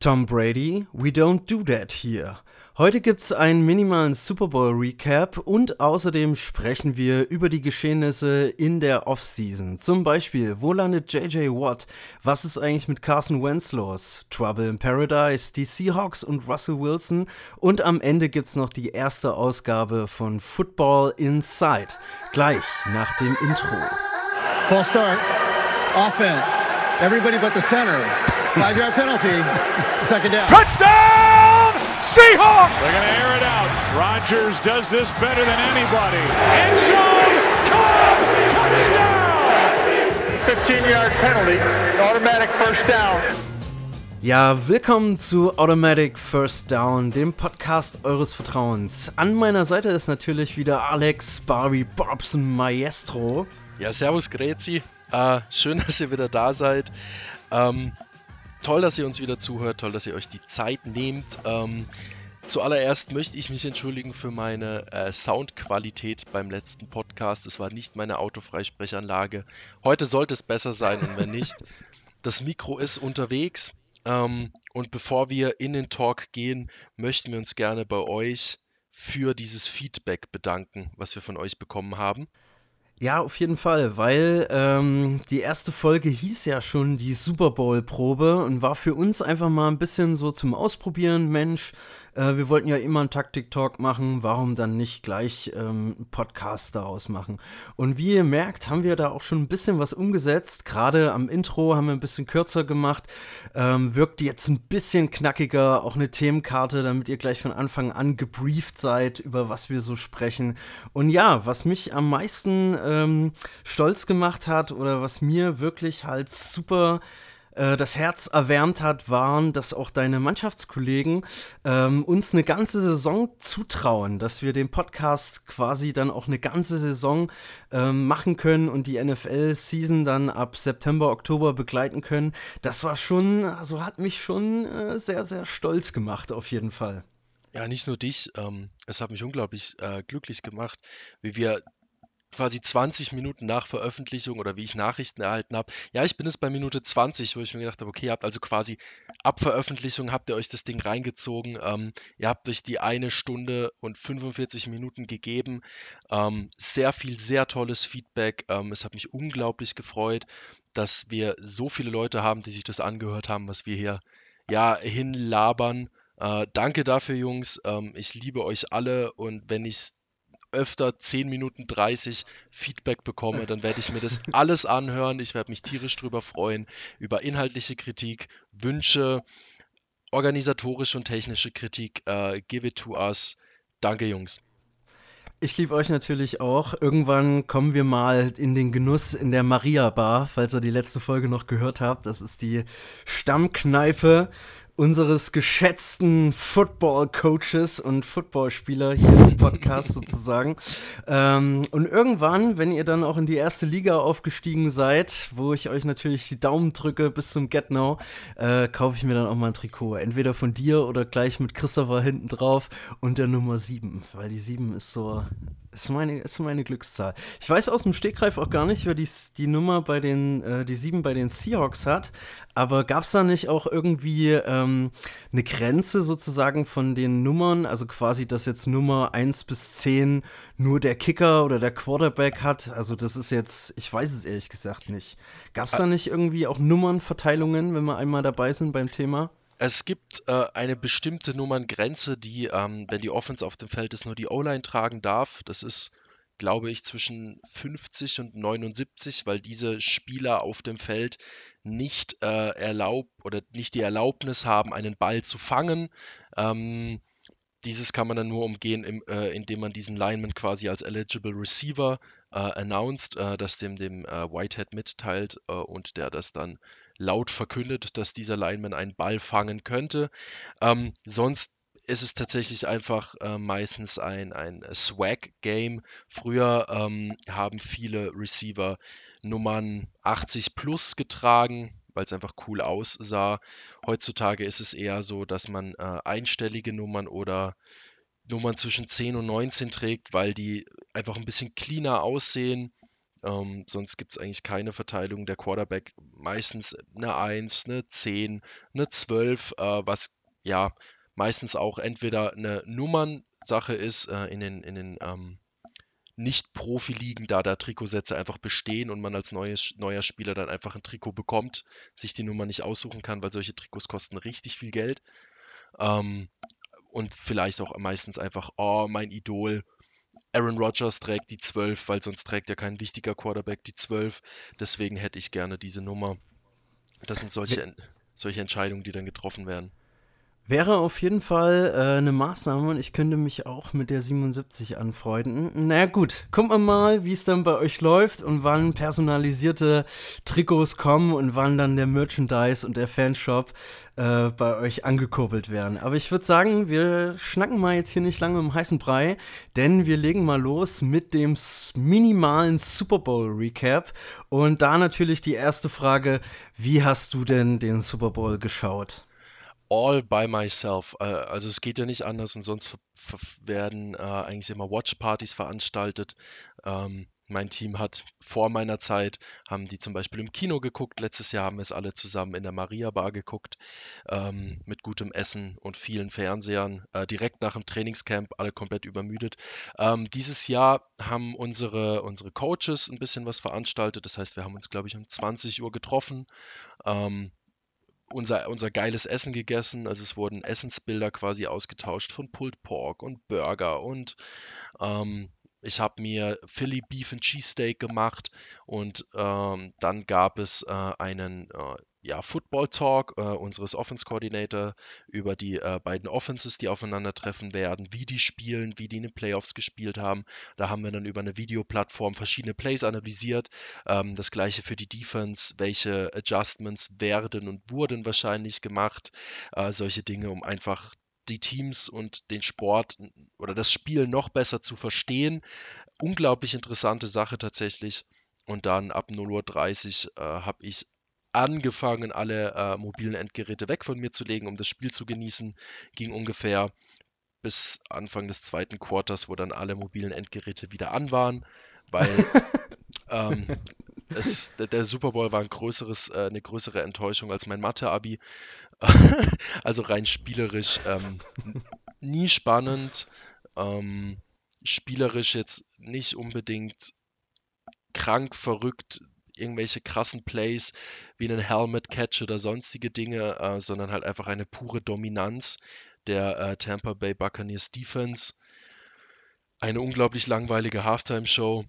Tom Brady, we don't do that here. Heute gibt's einen minimalen Super Bowl Recap und außerdem sprechen wir über die Geschehnisse in der Offseason. Zum Beispiel, wo landet JJ Watt? Was ist eigentlich mit Carson Wentz los? Trouble in Paradise, die Seahawks und Russell Wilson. Und am Ende gibt's noch die erste Ausgabe von Football Inside. Gleich nach dem Intro. Full start. Offense. Everybody but the center. 5-yard penalty. Second down. Touchdown! Seahawks! They're going to air it out. Rodgers does this better than anybody. End zone! Caught! Touchdown! 15-yard penalty. Automatic first down. Ja, willkommen zu Automatic First Down, dem Podcast eures Vertrauens. An meiner Seite ist natürlich wieder Alex Barry Bobson Maestro. Ja, servus Grezi. Schön, dass ihr wieder da seid. Toll, dass ihr uns wieder zuhört, toll, dass ihr euch die Zeit nehmt. Zuallererst möchte ich mich entschuldigen für meine Soundqualität beim letzten Podcast. Es war nicht meine Autofreisprechanlage. Heute sollte es besser sein und wenn nicht, das Mikro ist unterwegs. Und bevor wir in den Talk gehen, möchten wir uns gerne bei euch für dieses Feedback bedanken, was wir von euch bekommen haben. Ja, auf jeden Fall, weil die erste Folge hieß ja schon die Super Bowl-Probe und war für uns einfach mal ein bisschen so zum Ausprobieren. Mensch, wir wollten ja immer einen Taktik-Talk machen, warum dann nicht gleich einen Podcast daraus machen? Und wie ihr merkt, haben wir da auch schon ein bisschen was umgesetzt. Gerade am Intro haben wir ein bisschen kürzer gemacht, wirkt jetzt ein bisschen knackiger, auch eine Themenkarte, damit ihr gleich von Anfang an gebrieft seid, über was wir so sprechen. Und ja, was mich am meisten stolz gemacht hat oder was mir wirklich halt super das Herz erwärmt hat, waren, dass auch deine Mannschaftskollegen uns eine ganze Saison zutrauen, dass wir den Podcast quasi dann auch eine ganze Saison machen können und die NFL-Season dann ab September, Oktober begleiten können. Das war schon, also hat mich schon sehr, sehr stolz gemacht, auf jeden Fall. Ja, nicht nur dich, es hat mich unglaublich glücklich gemacht, wie wir quasi 20 Minuten nach Veröffentlichung oder wie ich Nachrichten erhalten habe. Ja, ich bin es bei Minute 20, wo ich mir gedacht habe, okay, ihr habt also quasi ab Veröffentlichung habt ihr euch das Ding reingezogen. Ihr habt euch die 1 Stunde und 45 Minuten gegeben. Sehr viel, sehr tolles Feedback. Es hat mich unglaublich gefreut, dass wir so viele Leute haben, die sich das angehört haben, was wir hier ja hinlabern. Danke dafür, Jungs. Ich liebe euch alle und wenn ich öfter 10 Minuten 30 Feedback bekomme, dann werde ich mir das alles anhören. Ich werde mich tierisch drüber freuen, über inhaltliche Kritik, Wünsche, organisatorische und technische Kritik. Give it to us. Danke, Jungs. Ich liebe euch natürlich auch. Irgendwann kommen wir mal in den Genuss in der Maria Bar, falls ihr die letzte Folge noch gehört habt. Das ist die Stammkneipe unseres geschätzten Football-Coaches und Footballspieler hier im Podcast sozusagen. Und irgendwann, wenn ihr dann auch in die erste Liga aufgestiegen seid, wo ich euch natürlich die Daumen drücke bis zum Get Now, kaufe ich mir dann auch mal ein Trikot. Entweder von dir oder gleich mit Christopher hinten drauf und der Nummer 7, weil die 7 ist so... ist meine Glückszahl. Ich weiß aus dem Stegreif auch gar nicht, wer die Nummer bei die 7 bei den Seahawks hat, aber gab es da nicht auch irgendwie eine Grenze sozusagen von den Nummern, also quasi, dass jetzt Nummer 1 bis 10 nur der Kicker oder der Quarterback hat? Also das ist jetzt, ich weiß es ehrlich gesagt nicht. Gab es da nicht irgendwie auch Nummernverteilungen, wenn wir einmal dabei sind beim Thema? Es gibt eine bestimmte Nummerngrenze, die, wenn die Offense auf dem Feld ist, nur die O-Line tragen darf. Das ist, glaube ich, zwischen 50 und 79, weil diese Spieler auf dem Feld nicht nicht die Erlaubnis haben, einen Ball zu fangen. Dieses kann man dann nur umgehen, indem man diesen Lineman quasi als Eligible Receiver announced, das dem Whitehead mitteilt und der das dann laut verkündet, dass dieser Lineman einen Ball fangen könnte. Sonst ist es tatsächlich einfach meistens ein Swag-Game. Früher haben viele Receiver Nummern 80 plus getragen, weil es einfach cool aussah. Heutzutage ist es eher so, dass man einstellige Nummern oder Nummern zwischen 10 und 19 trägt, weil die einfach ein bisschen cleaner aussehen. Sonst gibt es eigentlich keine Verteilung. Der Quarterback meistens eine 1, eine 10, eine 12, was ja meistens auch entweder eine Nummernsache ist in den Nicht-Profi-Ligen, da Trikotsätze einfach bestehen und man als neuer Spieler dann einfach ein Trikot bekommt, sich die Nummer nicht aussuchen kann, weil solche Trikots kosten richtig viel Geld. Und vielleicht auch meistens einfach, mein Idol, Aaron Rodgers trägt die 12, weil sonst trägt ja kein wichtiger Quarterback die 12. Deswegen hätte ich gerne diese Nummer. Das sind solche Entscheidungen, die dann getroffen werden. Wäre auf jeden Fall eine Maßnahme und ich könnte mich auch mit der 77 anfreunden. Na gut, gucken wir mal, wie es dann bei euch läuft und wann personalisierte Trikots kommen und wann dann der Merchandise und der Fanshop bei euch angekurbelt werden. Aber ich würde sagen, wir schnacken mal jetzt hier nicht lange im heißen Brei, denn wir legen mal los mit dem minimalen Super Bowl Recap. Und da natürlich die erste Frage, wie hast du denn den Super Bowl geschaut? All by myself. Also es geht ja nicht anders und sonst werden eigentlich immer Watchpartys veranstaltet. Mein Team hat vor meiner Zeit, haben die zum Beispiel im Kino geguckt. Letztes Jahr haben wir es alle zusammen in der Maria Bar geguckt, mit gutem Essen und vielen Fernsehern. Direkt nach dem Trainingscamp, alle komplett übermüdet. Dieses Jahr haben unsere Coaches ein bisschen was veranstaltet. Das heißt, wir haben uns, glaube ich, um 20 Uhr getroffen. Unser geiles Essen gegessen, also es wurden Essensbilder quasi ausgetauscht von Pulled Pork und Burger und ich habe mir Philly Beef and Cheesesteak gemacht und dann gab es einen Football Talk unseres Offense Coordinator über die beiden Offenses, die aufeinandertreffen werden, wie die spielen, wie die in den Playoffs gespielt haben. Da haben wir dann über eine Videoplattform verschiedene Plays analysiert. Das gleiche für die Defense, welche Adjustments werden und wurden wahrscheinlich gemacht. Solche Dinge, um einfach die Teams und den Sport oder das Spiel noch besser zu verstehen. Unglaublich interessante Sache tatsächlich. Und dann ab 0:30 Uhr habe ich angefangen, alle mobilen Endgeräte weg von mir zu legen, um das Spiel zu genießen. Ging ungefähr bis Anfang des zweiten Quarters, wo dann alle mobilen Endgeräte wieder an waren, weil der Super Bowl war eine größere Enttäuschung als mein Mathe-Abi. Also rein spielerisch nie spannend, spielerisch jetzt nicht unbedingt krank, verrückt, irgendwelche krassen Plays wie einen Helmet Catch oder sonstige Dinge, sondern halt einfach eine pure Dominanz der Tampa Bay Buccaneers Defense. Eine unglaublich langweilige Halftime-Show.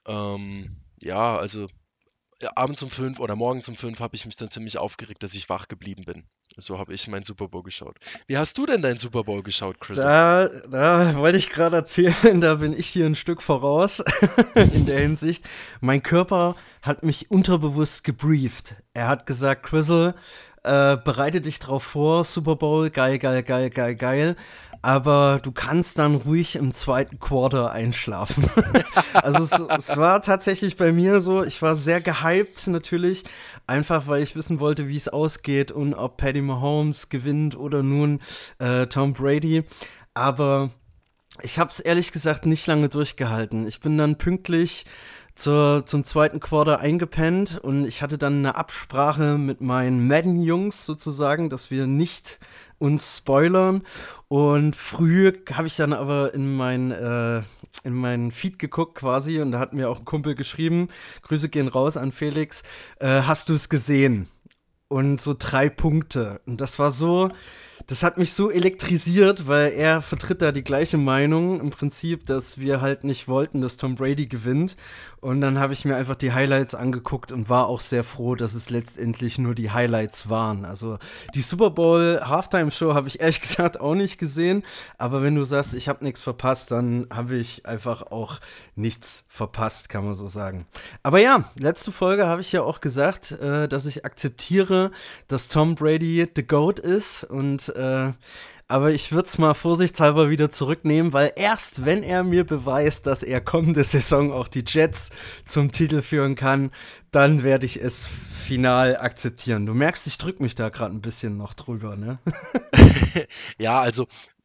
Also abends um 5 oder morgens um 5 habe ich mich dann ziemlich aufgeregt, dass ich wach geblieben bin. So habe ich meinen Super Bowl geschaut. Wie hast du denn deinen Super Bowl geschaut, Chris? Da wollte ich gerade erzählen, da bin ich hier ein Stück voraus in der Hinsicht. Mein Körper hat mich unterbewusst gebrieft. Er hat gesagt, Chrisel, bereite dich drauf vor, Super Bowl, geil. Aber du kannst dann ruhig im zweiten Quarter einschlafen. Also es war tatsächlich bei mir so, ich war sehr gehypt natürlich, einfach weil ich wissen wollte, wie es ausgeht und ob Patty Mahomes gewinnt oder nun Tom Brady. Aber ich habe es ehrlich gesagt nicht lange durchgehalten. Ich bin dann pünktlich zum zweiten Quarter eingepennt und ich hatte dann eine Absprache mit meinen Madden-Jungs sozusagen, dass wir nicht uns spoilern. Und früh habe ich dann aber in meinen Feed geguckt quasi und da hat mir auch ein Kumpel geschrieben, Grüße gehen raus an Felix, hast du es gesehen? Und so 3 Punkte. Und das hat mich so elektrisiert, weil er vertritt da die gleiche Meinung im Prinzip, dass wir halt nicht wollten, dass Tom Brady gewinnt. Und dann habe ich mir einfach die Highlights angeguckt und war auch sehr froh, dass es letztendlich nur die Highlights waren. Also die Super Bowl Halftime Show habe ich ehrlich gesagt auch nicht gesehen. Aber wenn du sagst, ich habe nichts verpasst, dann habe ich einfach auch nichts verpasst, kann man so sagen. Aber ja, letzte Folge habe ich ja auch gesagt, dass ich akzeptiere, dass Tom Brady the GOAT ist und aber ich würde es mal vorsichtshalber wieder zurücknehmen, weil erst wenn er mir beweist, dass er kommende Saison auch die Jets zum Titel führen kann, dann werde ich es final akzeptieren. Du merkst, ich drücke mich da gerade ein bisschen noch drüber, ne? Ja, also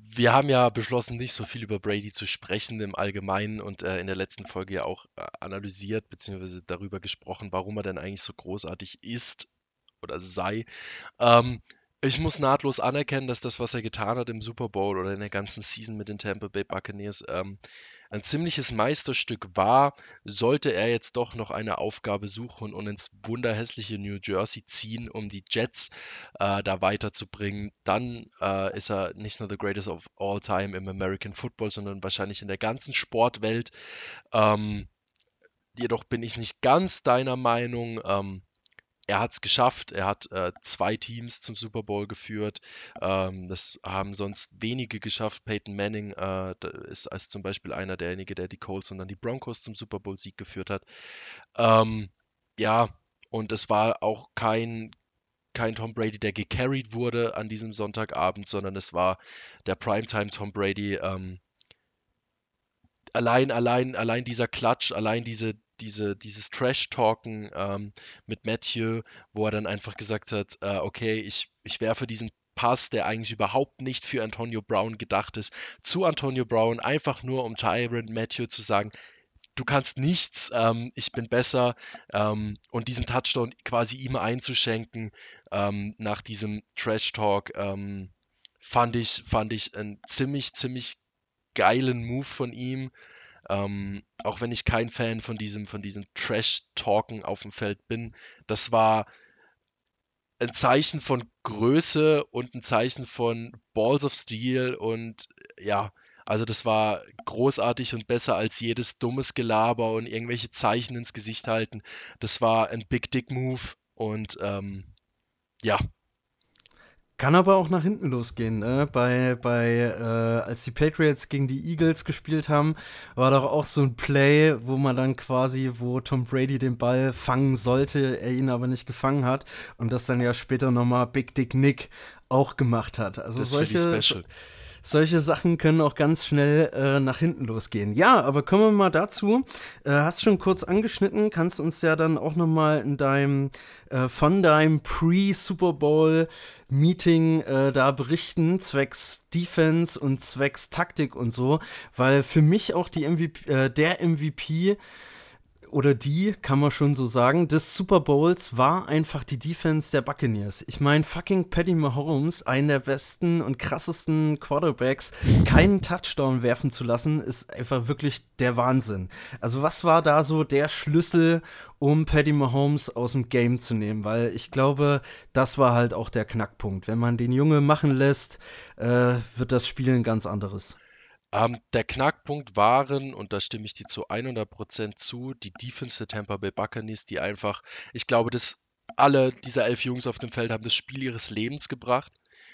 Wir haben ja beschlossen, nicht so viel über Brady zu sprechen im Allgemeinen und in der letzten Folge ja auch analysiert bzw. darüber gesprochen, warum er denn eigentlich so großartig ist oder sei. Ähm, Ich muss nahtlos anerkennen, dass das, was er getan hat im Super Bowl oder in der ganzen Season mit den Tampa Bay Buccaneers, ein ziemliches Meisterstück war. Sollte er jetzt doch noch eine Aufgabe suchen und ins wunderhässliche New Jersey ziehen, um die Jets da weiterzubringen, dann ist er nicht nur the greatest of all time im American Football, sondern wahrscheinlich in der ganzen Sportwelt. Ähm, Jedoch bin ich nicht ganz deiner Meinung. Er hat es geschafft. Er hat 2 Teams zum Super Bowl geführt. Das haben sonst wenige geschafft. Peyton Manning ist als zum Beispiel einer derjenige, der die Colts und dann die Broncos zum Super Bowl-Sieg geführt hat. Ja, und es war auch kein Tom Brady, der gecarried wurde an diesem Sonntagabend, sondern es war der Primetime Tom Brady. Allein dieser Klatsch, allein dieses Trash-Talken mit Matthew, wo er dann einfach gesagt hat, okay, ich werfe diesen Pass, der eigentlich überhaupt nicht für Antonio Brown gedacht ist, zu Antonio Brown, einfach nur um Tyrann Mathieu zu sagen, du kannst nichts, ich bin besser, und diesen Touchdown quasi ihm einzuschenken nach diesem Trash-Talk, fand ich einen ziemlich geilen Move von ihm. Auch wenn ich kein Fan von diesem Trash-Talken auf dem Feld bin. Das war ein Zeichen von Größe und ein Zeichen von Balls of Steel und ja, also das war großartig und besser als jedes dummes Gelaber und irgendwelche Zeichen ins Gesicht halten. Das war ein Big Dick Move und ja. Kann aber auch nach hinten losgehen, ne? Als die Patriots gegen die Eagles gespielt haben, war doch auch so ein Play, wo man dann quasi, wo Tom Brady den Ball fangen sollte, er ihn aber nicht gefangen hat und das dann ja später nochmal Big Dick Nick auch gemacht hat. Also Das ist Special. Solche Sachen können auch ganz schnell nach hinten losgehen. Ja, aber kommen wir mal dazu. Hast schon kurz angeschnitten, kannst uns ja dann auch noch mal von deinem Pre-Super Bowl Meeting da berichten, zwecks Defense und zwecks Taktik und so, weil für mich auch der MVP oder die, kann man schon so sagen, des Super Bowls war einfach die Defense der Buccaneers. Ich meine, fucking Patty Mahomes, einen der besten und krassesten Quarterbacks, keinen Touchdown werfen zu lassen, ist einfach wirklich der Wahnsinn. Also was war da so der Schlüssel, um Patty Mahomes aus dem Game zu nehmen? Weil ich glaube, das war halt auch der Knackpunkt. Wenn man den Junge machen lässt, wird das Spiel ein ganz anderes. Der Knackpunkt waren, und da stimme ich dir zu 100% zu, die Defense der Tampa Bay Buccaneers, die einfach, ich glaube, dass alle dieser 11 Jungs auf dem Feld haben das Spiel ihres Lebens gebracht.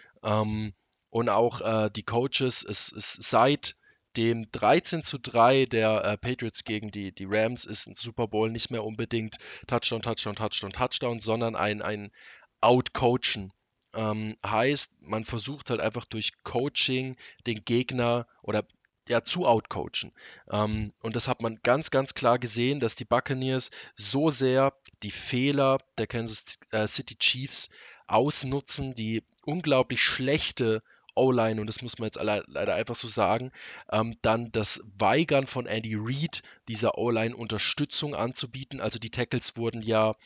Und auch die Coaches, es seit dem 13:3 der Patriots gegen die Rams ist ein Super Bowl nicht mehr unbedingt Touchdown, sondern ein Outcoachen. Heißt, man versucht halt einfach durch Coaching den Gegner oder ja, zu outcoachen. Und das hat man ganz klar gesehen, dass die Buccaneers so sehr die Fehler der Kansas City Chiefs ausnutzen, die unglaublich schlechte O-Line, und das muss man jetzt leider einfach so sagen, dann das Weigern von Andy Reid, dieser O-Line Unterstützung anzubieten. Also die Tackles wurden ja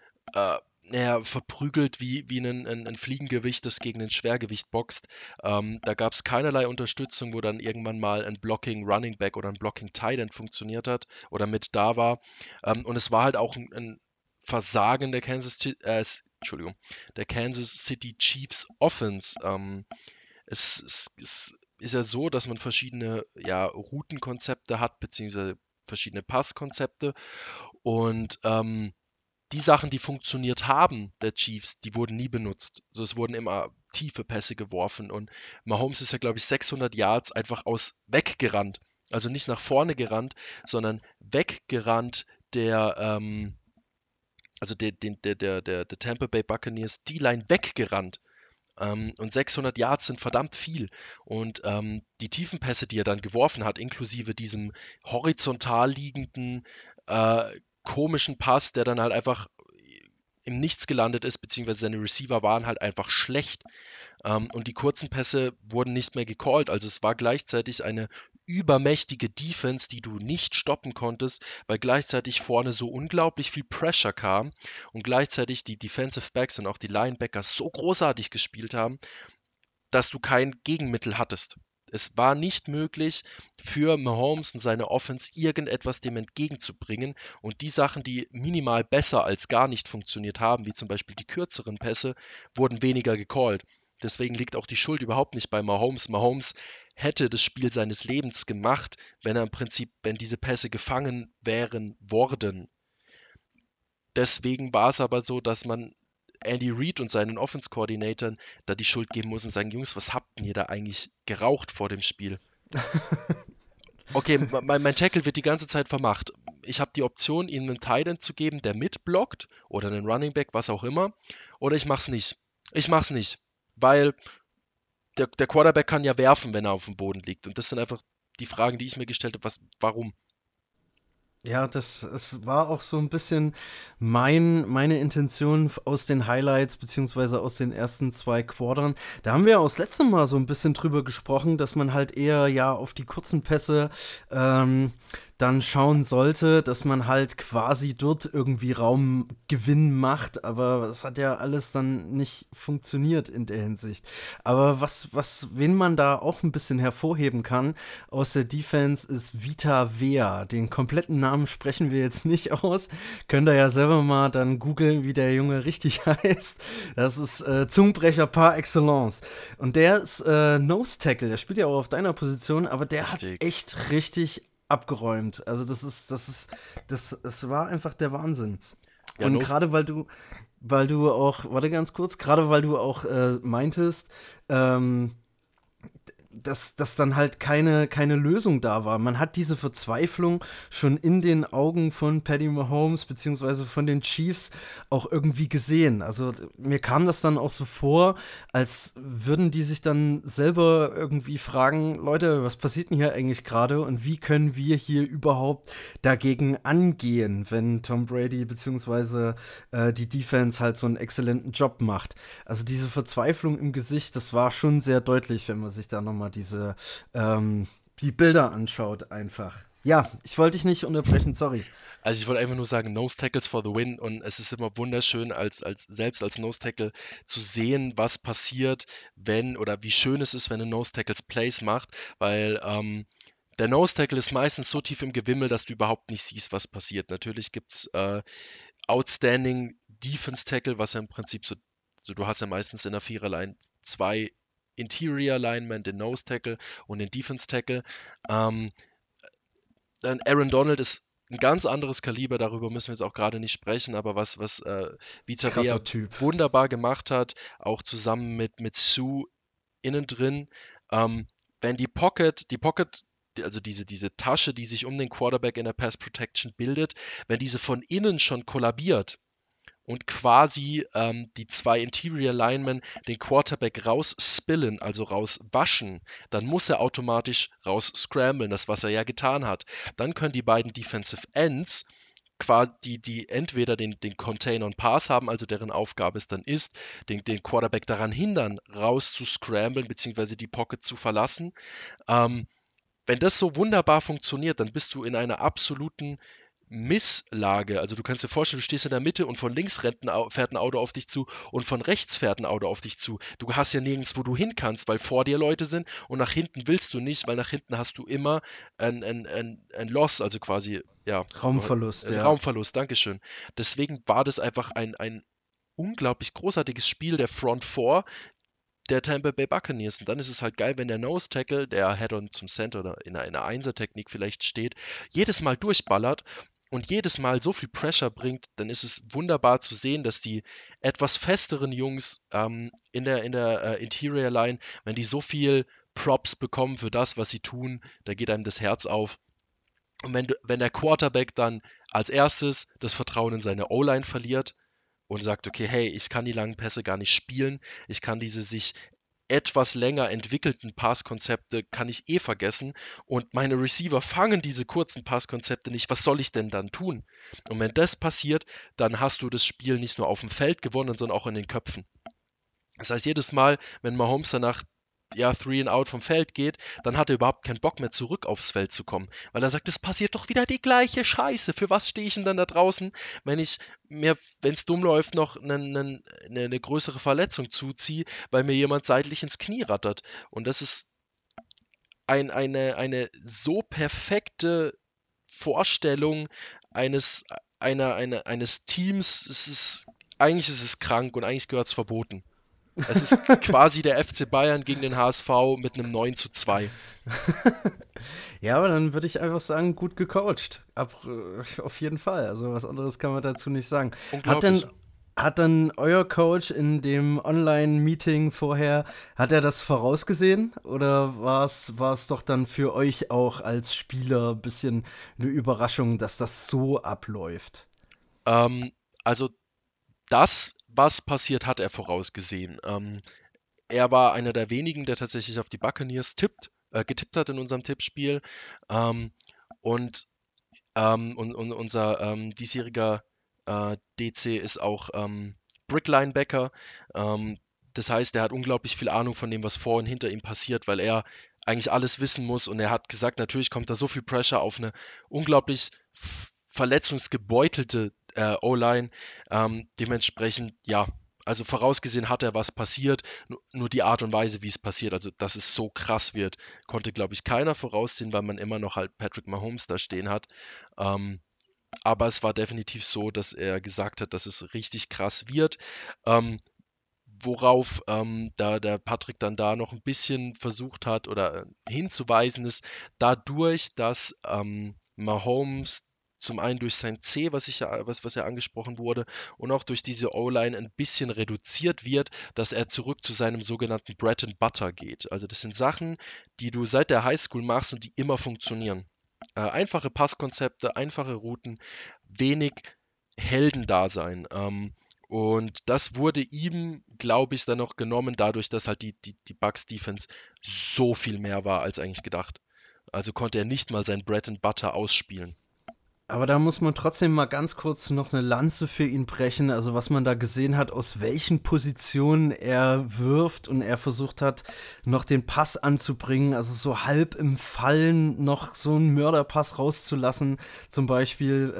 verprügelt wie ein Fliegengewicht, das gegen ein Schwergewicht boxt. Da gab es keinerlei Unterstützung, wo dann irgendwann mal ein Blocking Running Back oder ein Blocking Tight End funktioniert hat oder mit da war. Und es war halt auch ein Versagen der Kansas City Chiefs Offense. Es ist ja so, dass man verschiedene Routenkonzepte hat, beziehungsweise verschiedene Passkonzepte. Und die Sachen, die funktioniert haben, der Chiefs, die wurden nie benutzt. Also es wurden immer tiefe Pässe geworfen und Mahomes ist ja, glaube ich, 600 Yards einfach weggerannt. Also nicht nach vorne gerannt, sondern weggerannt der Tampa Bay Buccaneers D-Line weggerannt. Und 600 Yards sind verdammt viel. Und die tiefen Pässe, die er dann geworfen hat, inklusive diesem horizontal liegenden komischen Pass, der dann halt einfach im Nichts gelandet ist, beziehungsweise seine Receiver waren halt einfach schlecht. Und die kurzen Pässe wurden nicht mehr gecallt. Also es war gleichzeitig eine übermächtige Defense, die du nicht stoppen konntest, weil gleichzeitig vorne so unglaublich viel Pressure kam und gleichzeitig die Defensive Backs und auch die Linebacker so großartig gespielt haben, dass du kein Gegenmittel hattest. Es war nicht möglich für Mahomes und seine Offense irgendetwas dem entgegenzubringen, und die Sachen, die minimal besser als gar nicht funktioniert haben, wie zum Beispiel die kürzeren Pässe, wurden weniger gecallt. Deswegen liegt auch die Schuld überhaupt nicht bei Mahomes. Mahomes hätte das Spiel seines Lebens gemacht, wenn diese Pässe gefangen wären worden. Deswegen war es aber so, dass man Andy Reid und seinen Offense-Koordinatoren da die Schuld geben muss und sagen, Jungs, was habt ihr da eigentlich geraucht vor dem Spiel? Okay, mein Tackle wird die ganze Zeit vermacht. Ich habe die Option, ihm einen Tight End zu geben, der mitblockt, oder einen Running Back, was auch immer, oder ich mach's nicht. Ich mach's nicht, weil der Quarterback kann ja werfen, wenn er auf dem Boden liegt. Und das sind einfach die Fragen, die ich mir gestellt habe, warum? Ja, es war auch so ein bisschen meine Intention aus den Highlights, beziehungsweise aus den ersten 2 Quartern. Da haben wir auch das letzte Mal so ein bisschen drüber gesprochen, dass man halt eher ja auf die kurzen Pässe dann schauen sollte, dass man halt quasi dort irgendwie Raumgewinn macht, aber das hat ja alles dann nicht funktioniert in der Hinsicht. Aber wen man da auch ein bisschen hervorheben kann aus der Defense ist Vita Vea. Den kompletten Namen sprechen wir jetzt nicht aus. Könnt ihr ja selber mal dann googeln, wie der Junge richtig heißt. Das ist Zungenbrecher par excellence. Und der ist Nose Tackle, der spielt ja auch auf deiner Position, aber der hat echt richtig abgeräumt. Also das war einfach der Wahnsinn. Ja, und gerade weil du auch, warte ganz kurz, gerade weil du auch meintest, dass dann halt keine Lösung da war. Man hat diese Verzweiflung schon in den Augen von Patty Mahomes beziehungsweise von den Chiefs auch irgendwie gesehen. Also mir kam das dann auch so vor, als würden die sich dann selber irgendwie fragen, Leute, was passiert denn hier eigentlich gerade und wie können wir hier überhaupt dagegen angehen, wenn Tom Brady beziehungsweise die Defense halt so einen exzellenten Job macht. Also diese Verzweiflung im Gesicht, das war schon sehr deutlich, wenn man sich da nochmal die Bilder anschaut einfach. Ja, ich wollte dich nicht unterbrechen, sorry. Also ich wollte einfach nur sagen, Nose Tackles for the win, und es ist immer wunderschön, selbst als Nose Tackle zu sehen, was passiert, oder wie schön es ist, wenn ein Nose Tackles Plays macht, weil der Nose Tackle ist meistens so tief im Gewimmel, dass du überhaupt nicht siehst, was passiert. Natürlich gibt es Outstanding Defense Tackle, was ja im Prinzip so du hast ja meistens in der Viererline 2 Interior Lineman, den Nose Tackle und den Defense Tackle. Dann Aaron Donald ist ein ganz anderes Kaliber, darüber müssen wir jetzt auch gerade nicht sprechen, aber was Vita Vea wunderbar gemacht hat, auch zusammen mit Sue innen drin, wenn die Pocket, also diese Tasche, die sich um den Quarterback in der Pass Protection bildet, wenn diese von innen schon kollabiert und quasi die 2 Interior Linemen den Quarterback rausspillen, also rauswaschen, dann muss er automatisch raus scramblen, das was er ja getan hat. Dann können die beiden Defensive Ends quasi die entweder den Contain on Pass haben, also deren Aufgabe es dann ist, den Quarterback daran hindern, raus zu scramblen, beziehungsweise die Pocket zu verlassen. Wenn das so wunderbar funktioniert, dann bist du in einer absoluten Misslage. Also du kannst dir vorstellen, du stehst in der Mitte und von links fährt ein Auto auf dich zu und von rechts fährt ein Auto auf dich zu. Du hast ja nirgends, wo du hin kannst, weil vor dir Leute sind, und nach hinten willst du nicht, weil nach hinten hast du immer ein Loss, also quasi, ja. Raumverlust, ja. Raumverlust, Dankeschön. Deswegen war das einfach ein unglaublich großartiges Spiel der Front Four der Tampa Bay Buccaneers. Und dann ist es halt geil, wenn der Nose Tackle, der Head-on zum Center oder in einer Einser-Technik vielleicht steht, jedes Mal durchballert und jedes Mal so viel Pressure bringt. Dann ist es wunderbar zu sehen, dass die etwas festeren Jungs in der Interior Line, wenn die so viel Props bekommen für das, was sie tun, da geht einem das Herz auf. Und wenn der Quarterback dann als erstes das Vertrauen in seine O-Line verliert und sagt, okay, hey, ich kann die langen Pässe gar nicht spielen, ich kann diese sich etwas länger entwickelten Passkonzepte kann ich vergessen und meine Receiver fangen diese kurzen Passkonzepte nicht. Was soll ich denn dann tun? Und wenn das passiert, dann hast du das Spiel nicht nur auf dem Feld gewonnen, sondern auch in den Köpfen. Das heißt, jedes Mal, wenn Mahomes danach 3 and out vom Feld geht, dann hat er überhaupt keinen Bock mehr zurück aufs Feld zu kommen, weil er sagt, es passiert doch wieder die gleiche Scheiße. Für was stehe ich denn dann da draußen, wenn ich mir, wenn es dumm läuft, noch eine größere Verletzung zuziehe, weil mir jemand seitlich ins Knie rattert. Und das ist eine so perfekte Vorstellung eines Teams. Eigentlich ist es krank und eigentlich gehört es verboten. Es ist quasi der FC Bayern gegen den HSV mit einem 9:2. Ja, aber dann würde ich einfach sagen, gut gecoacht. Auf jeden Fall. Also was anderes kann man dazu nicht sagen. Unglaublich. Hat dann euer Coach in dem Online-Meeting vorher, hat er das vorausgesehen? Oder war es doch dann für euch auch als Spieler ein bisschen eine Überraschung, dass das so abläuft? Also das, was passiert, hat er vorausgesehen. Er war einer der wenigen, der tatsächlich auf die Buccaneers getippt hat in unserem Tippspiel. Und unser diesjähriger DC ist auch Brick-Linebacker. Das heißt, er hat unglaublich viel Ahnung von dem, was vor und hinter ihm passiert, weil er eigentlich alles wissen muss. Und er hat gesagt, natürlich kommt da so viel Pressure auf eine unglaublich verletzungsgebeutelte O-Line. Dementsprechend, ja, also vorausgesehen hat er, was passiert, nur die Art und Weise, wie es passiert, also dass es so krass wird, konnte, glaube ich, keiner voraussehen, weil man immer noch halt Patrick Mahomes da stehen hat. Aber es war definitiv so, dass er gesagt hat, dass es richtig krass wird. Worauf da der Patrick dann da noch ein bisschen versucht hat oder hinzuweisen ist, dadurch, dass Mahomes zum einen durch sein C, was ja angesprochen wurde, und auch durch diese O-Line ein bisschen reduziert wird, dass er zurück zu seinem sogenannten Bread and Butter geht. Also das sind Sachen, die du seit der Highschool machst und die immer funktionieren. Einfache Passkonzepte, einfache Routen, wenig Heldendasein. Und das wurde ihm, glaube ich, dann noch genommen, dadurch, dass halt die Bucks Defense so viel mehr war als eigentlich gedacht. Also konnte er nicht mal sein Bread and Butter ausspielen. Aber da muss man trotzdem mal ganz kurz noch eine Lanze für ihn brechen. Also was man da gesehen hat, aus welchen Positionen er wirft und er versucht hat, noch den Pass anzubringen. Also so halb im Fallen noch so einen Mörderpass rauszulassen. Zum Beispiel,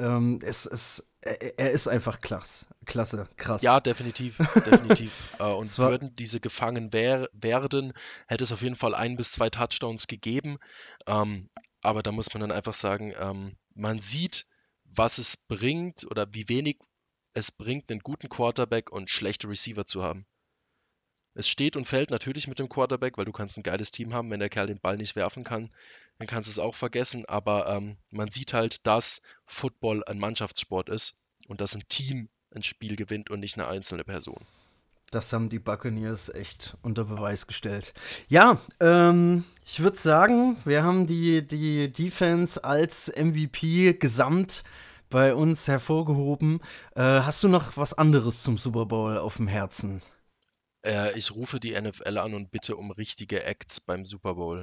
er ist einfach krass. Ja, definitiv. Und würden diese gefangen werden, hätte es auf jeden Fall 1 bis 2 Touchdowns gegeben. Aber da muss man dann einfach sagen, man sieht, was es bringt oder wie wenig es bringt, einen guten Quarterback und schlechte Receiver zu haben. Es steht und fällt natürlich mit dem Quarterback, weil du kannst ein geiles Team haben. Wenn der Kerl den Ball nicht werfen kann, dann kannst du es auch vergessen. Aber man sieht halt, dass Football ein Mannschaftssport ist und dass ein Team ein Spiel gewinnt und nicht eine einzelne Person. Das haben die Buccaneers echt unter Beweis gestellt. Ja, ich würde sagen, wir haben die Defense als MVP gesamt bei uns hervorgehoben. Hast du noch was anderes zum Super Bowl auf dem Herzen? Ich rufe die NFL an und bitte um richtige Acts beim Super Bowl.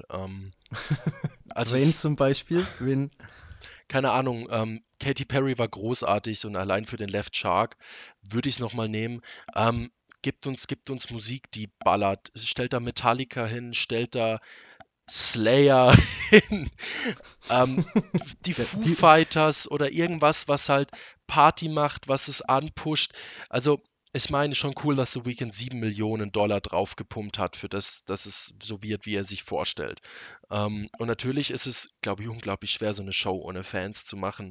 Wen zum Beispiel? Wen? Keine Ahnung, Katy Perry war großartig und allein für den Left Shark würde ich es nochmal nehmen. Gibt uns Musik, die ballert. Stellt da Metallica hin, stellt da Slayer hin, die Foo Fighters oder irgendwas, was halt Party macht, was es anpusht. Also ich meine schon cool, dass The Weeknd $7 Millionen draufgepumpt hat, für dass es so wird, wie er sich vorstellt. Und natürlich ist es, glaube ich, unglaublich schwer, so eine Show ohne Fans zu machen.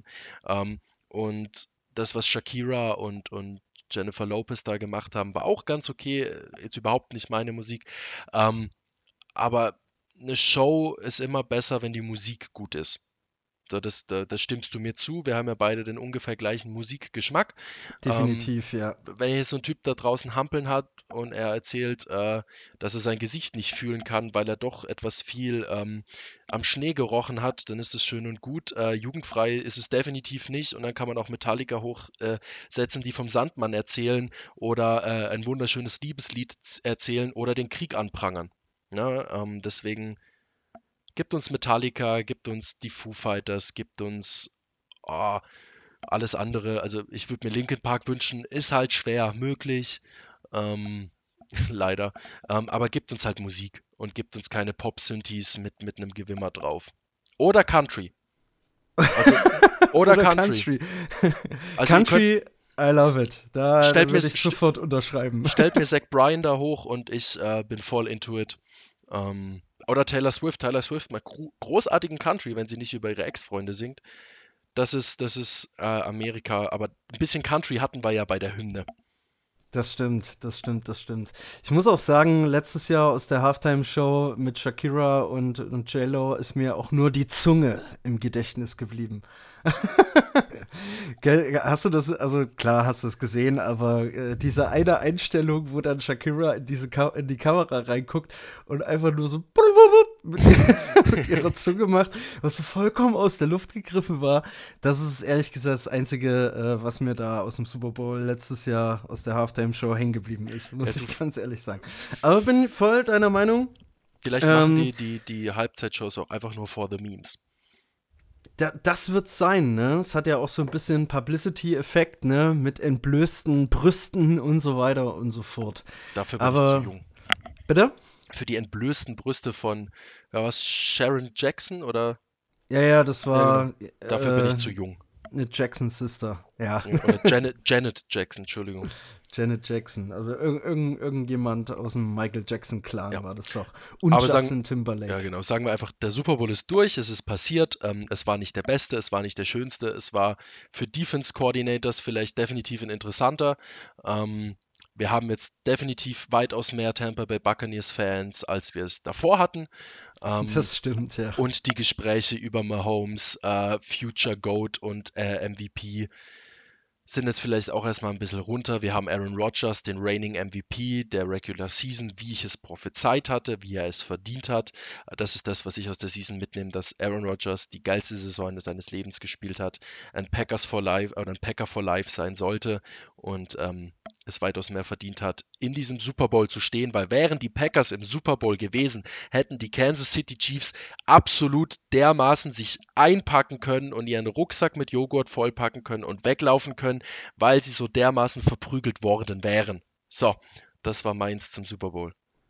Und das, was Shakira und Jennifer Lopez da gemacht haben, war auch ganz okay. Jetzt überhaupt nicht meine Musik. Aber eine Show ist immer besser, wenn die Musik gut ist. Das stimmst du mir zu. Wir haben ja beide den ungefähr gleichen Musikgeschmack. Definitiv, ja. Wenn jetzt so ein Typ da draußen Hampeln hat und er erzählt, dass er sein Gesicht nicht fühlen kann, weil er doch etwas viel am Schnee gerochen hat, dann ist es schön und gut. Jugendfrei ist es definitiv nicht und dann kann man auch Metallica hochsetzen, die vom Sandmann erzählen oder ein wunderschönes Liebeslied erzählen oder den Krieg anprangern. Ne? Deswegen gibt uns Metallica, gibt uns die Foo Fighters, gibt uns alles andere. Also ich würde mir Linkin Park wünschen, ist halt schwer möglich, leider. Aber gibt uns halt Musik und gibt uns keine Pop-Synthes mit einem Gewimmer drauf. Oder Country. Also, oder Country. Also Country, I love it. Da würde ich sofort unterschreiben. Stellt mir Zach Bryan da hoch und ich bin voll into it. Oder Taylor Swift. Taylor Swift mal großartigen Country, wenn sie nicht über ihre Ex-Freunde singt. Das ist Amerika, aber ein bisschen Country hatten wir ja bei der Hymne. Das stimmt. Ich muss auch sagen, letztes Jahr aus der Halftime-Show mit Shakira und J-Lo ist mir auch nur die Zunge im Gedächtnis geblieben. Hast du das, also klar hast du es gesehen, aber diese eine Einstellung, wo dann Shakira in die Kamera reinguckt und einfach nur so mit ihrer Zunge macht, was so vollkommen aus der Luft gegriffen war, das ist ehrlich gesagt das Einzige, was mir da aus dem Super Bowl letztes Jahr aus der Halftime-Show hängen geblieben ist, muss ich ganz ehrlich sagen. Aber bin voll deiner Meinung. Vielleicht machen die Halbzeitshows auch einfach nur for the memes. Das wird's sein, ne? Es hat ja auch so ein bisschen Publicity-Effekt, ne? Mit entblößten Brüsten und so weiter und so fort. Dafür bin ich zu jung. Bitte? Für die entblößten Brüste von, was, Sharon Jackson oder? Ja, das war. Dafür bin ich zu jung. Eine Jackson-Sister, ja. Oder Janet Jackson, Entschuldigung. Janet Jackson, also irgendjemand aus dem Michael Jackson-Clan war das doch. Und aber Justin Timberlake. Ja, genau. Sagen wir einfach, der Super Bowl ist durch, es ist passiert, es war nicht der beste, es war nicht der schönste, es war für Defense Coordinators vielleicht definitiv ein interessanter. Wir haben jetzt definitiv weitaus mehr Tampa Bay Buccaneers-Fans, als wir es davor hatten. Das stimmt, ja. Und die Gespräche über Mahomes, Future GOAT und MVP sind jetzt vielleicht auch erstmal ein bisschen runter. Wir haben Aaron Rodgers, den reigning MVP der Regular Season, wie ich es prophezeit hatte, wie er es verdient hat. Das ist das, was ich aus der Season mitnehme, dass Aaron Rodgers die geilste Saison seines Lebens gespielt hat, ein Packer for Life sein sollte und es weitaus mehr verdient hat, in diesem Super Bowl zu stehen, weil wären die Packers im Super Bowl gewesen, hätten die Kansas City Chiefs absolut dermaßen sich einpacken können und ihren Rucksack mit Joghurt vollpacken können und weglaufen können, weil sie so dermaßen verprügelt worden wären. So, das war meins zum Super Bowl.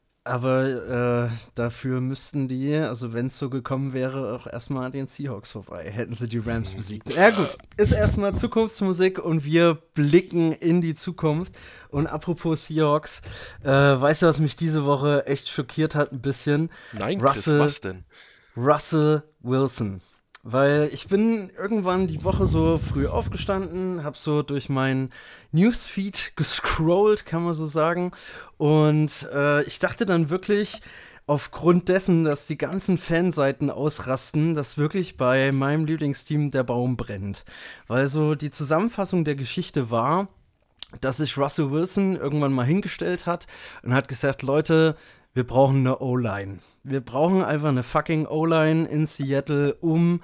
Aber dafür müssten die, also wenn es so gekommen wäre, auch erstmal an den Seahawks vorbei. Hätten sie die Rams besiegt. Ja gut, ist erstmal Zukunftsmusik und wir blicken in die Zukunft. Und apropos Seahawks, weißt du, was mich diese Woche echt schockiert hat ein bisschen? Nein, Chris, was denn? Russell Wilson. Weil ich bin irgendwann die Woche so früh aufgestanden, hab so durch meinen Newsfeed gescrollt, kann man so sagen. Und ich dachte dann wirklich, aufgrund dessen, dass die ganzen Fanseiten ausrasten, dass wirklich bei meinem Lieblingsteam der Baum brennt. Weil so die Zusammenfassung der Geschichte war, dass sich Russell Wilson irgendwann mal hingestellt hat und hat gesagt, Leute, wir brauchen eine O-Line. Wir brauchen einfach eine fucking O-Line in Seattle, um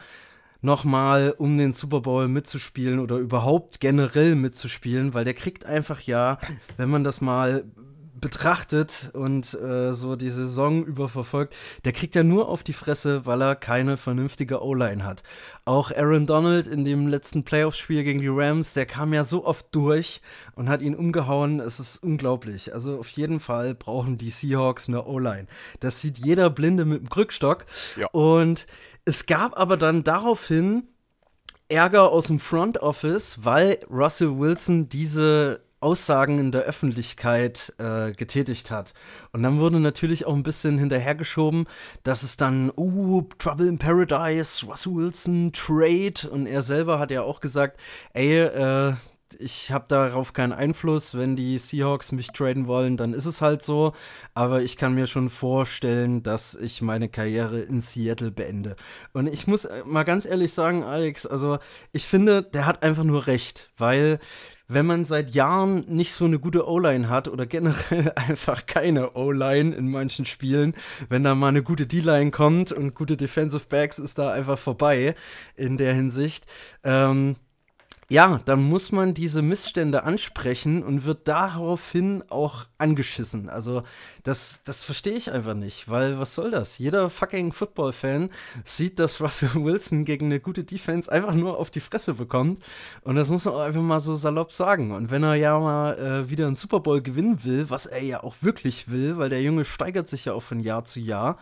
den Super Bowl mitzuspielen oder überhaupt generell mitzuspielen, weil der kriegt einfach wenn man das mal betrachtet und so die Saison über verfolgt, der kriegt ja nur auf die Fresse, weil er keine vernünftige O-Line hat. Auch Aaron Donald in dem letzten Playoff-Spiel gegen die Rams, der kam ja so oft durch und hat ihn umgehauen, es ist unglaublich. Also auf jeden Fall brauchen die Seahawks eine O-Line. Das sieht jeder Blinde mit dem Krückstock. Ja. Und es gab aber dann daraufhin Ärger aus dem Front Office, weil Russell Wilson diese Aussagen in der Öffentlichkeit getätigt hat. Und dann wurde natürlich auch ein bisschen hinterhergeschoben, dass es dann, Trouble in Paradise, Russell Wilson, Trade. Und er selber hat ja auch gesagt, ich habe darauf keinen Einfluss. Wenn die Seahawks mich traden wollen, dann ist es halt so. Aber ich kann mir schon vorstellen, dass ich meine Karriere in Seattle beende. Und ich muss mal ganz ehrlich sagen, Alex, also ich finde, der hat einfach nur recht, weil wenn man seit Jahren nicht so eine gute O-Line hat oder generell einfach keine O-Line in manchen Spielen, wenn da mal eine gute D-Line kommt und gute Defensive Backs, ist da einfach vorbei in der Hinsicht. Ja, dann muss man diese Missstände ansprechen und wird daraufhin auch angeschissen. Also das verstehe ich einfach nicht, weil was soll das? Jeder fucking Football-Fan sieht, dass Russell Wilson gegen eine gute Defense einfach nur auf die Fresse bekommt und das muss man auch einfach mal so salopp sagen. Und wenn er ja mal wieder einen Super Bowl gewinnen will, was er ja auch wirklich will, weil der Junge steigert sich ja auch von Jahr zu Jahr,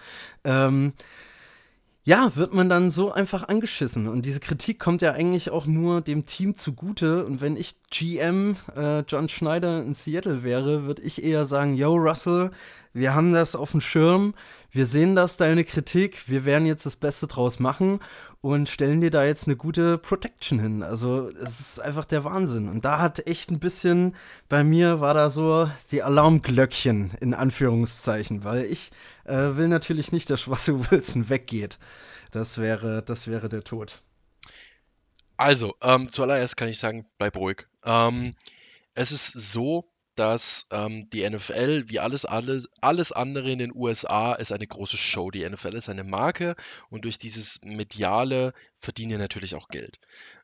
ja, wird man dann so einfach angeschissen. Und diese Kritik kommt ja eigentlich auch nur dem Team zugute. Und wenn ich GM John Schneider in Seattle wäre, würde ich eher sagen, yo Russell, wir haben das auf dem Schirm, wir sehen das, deine Kritik, wir werden jetzt das Beste draus machen und stellen dir da jetzt eine gute Protection hin. Also es ist einfach der Wahnsinn. Und da hat echt ein bisschen, bei mir war da so die Alarmglöckchen in Anführungszeichen, weil ich will natürlich nicht, dass Russell Wilson weggeht. Das wäre der Tod. Also, zuallererst kann ich sagen, bleib ruhig. Es ist so, dass die NFL, wie alles andere in den USA, ist eine große Show. Die NFL ist eine Marke und durch dieses Mediale verdienen die natürlich auch Geld.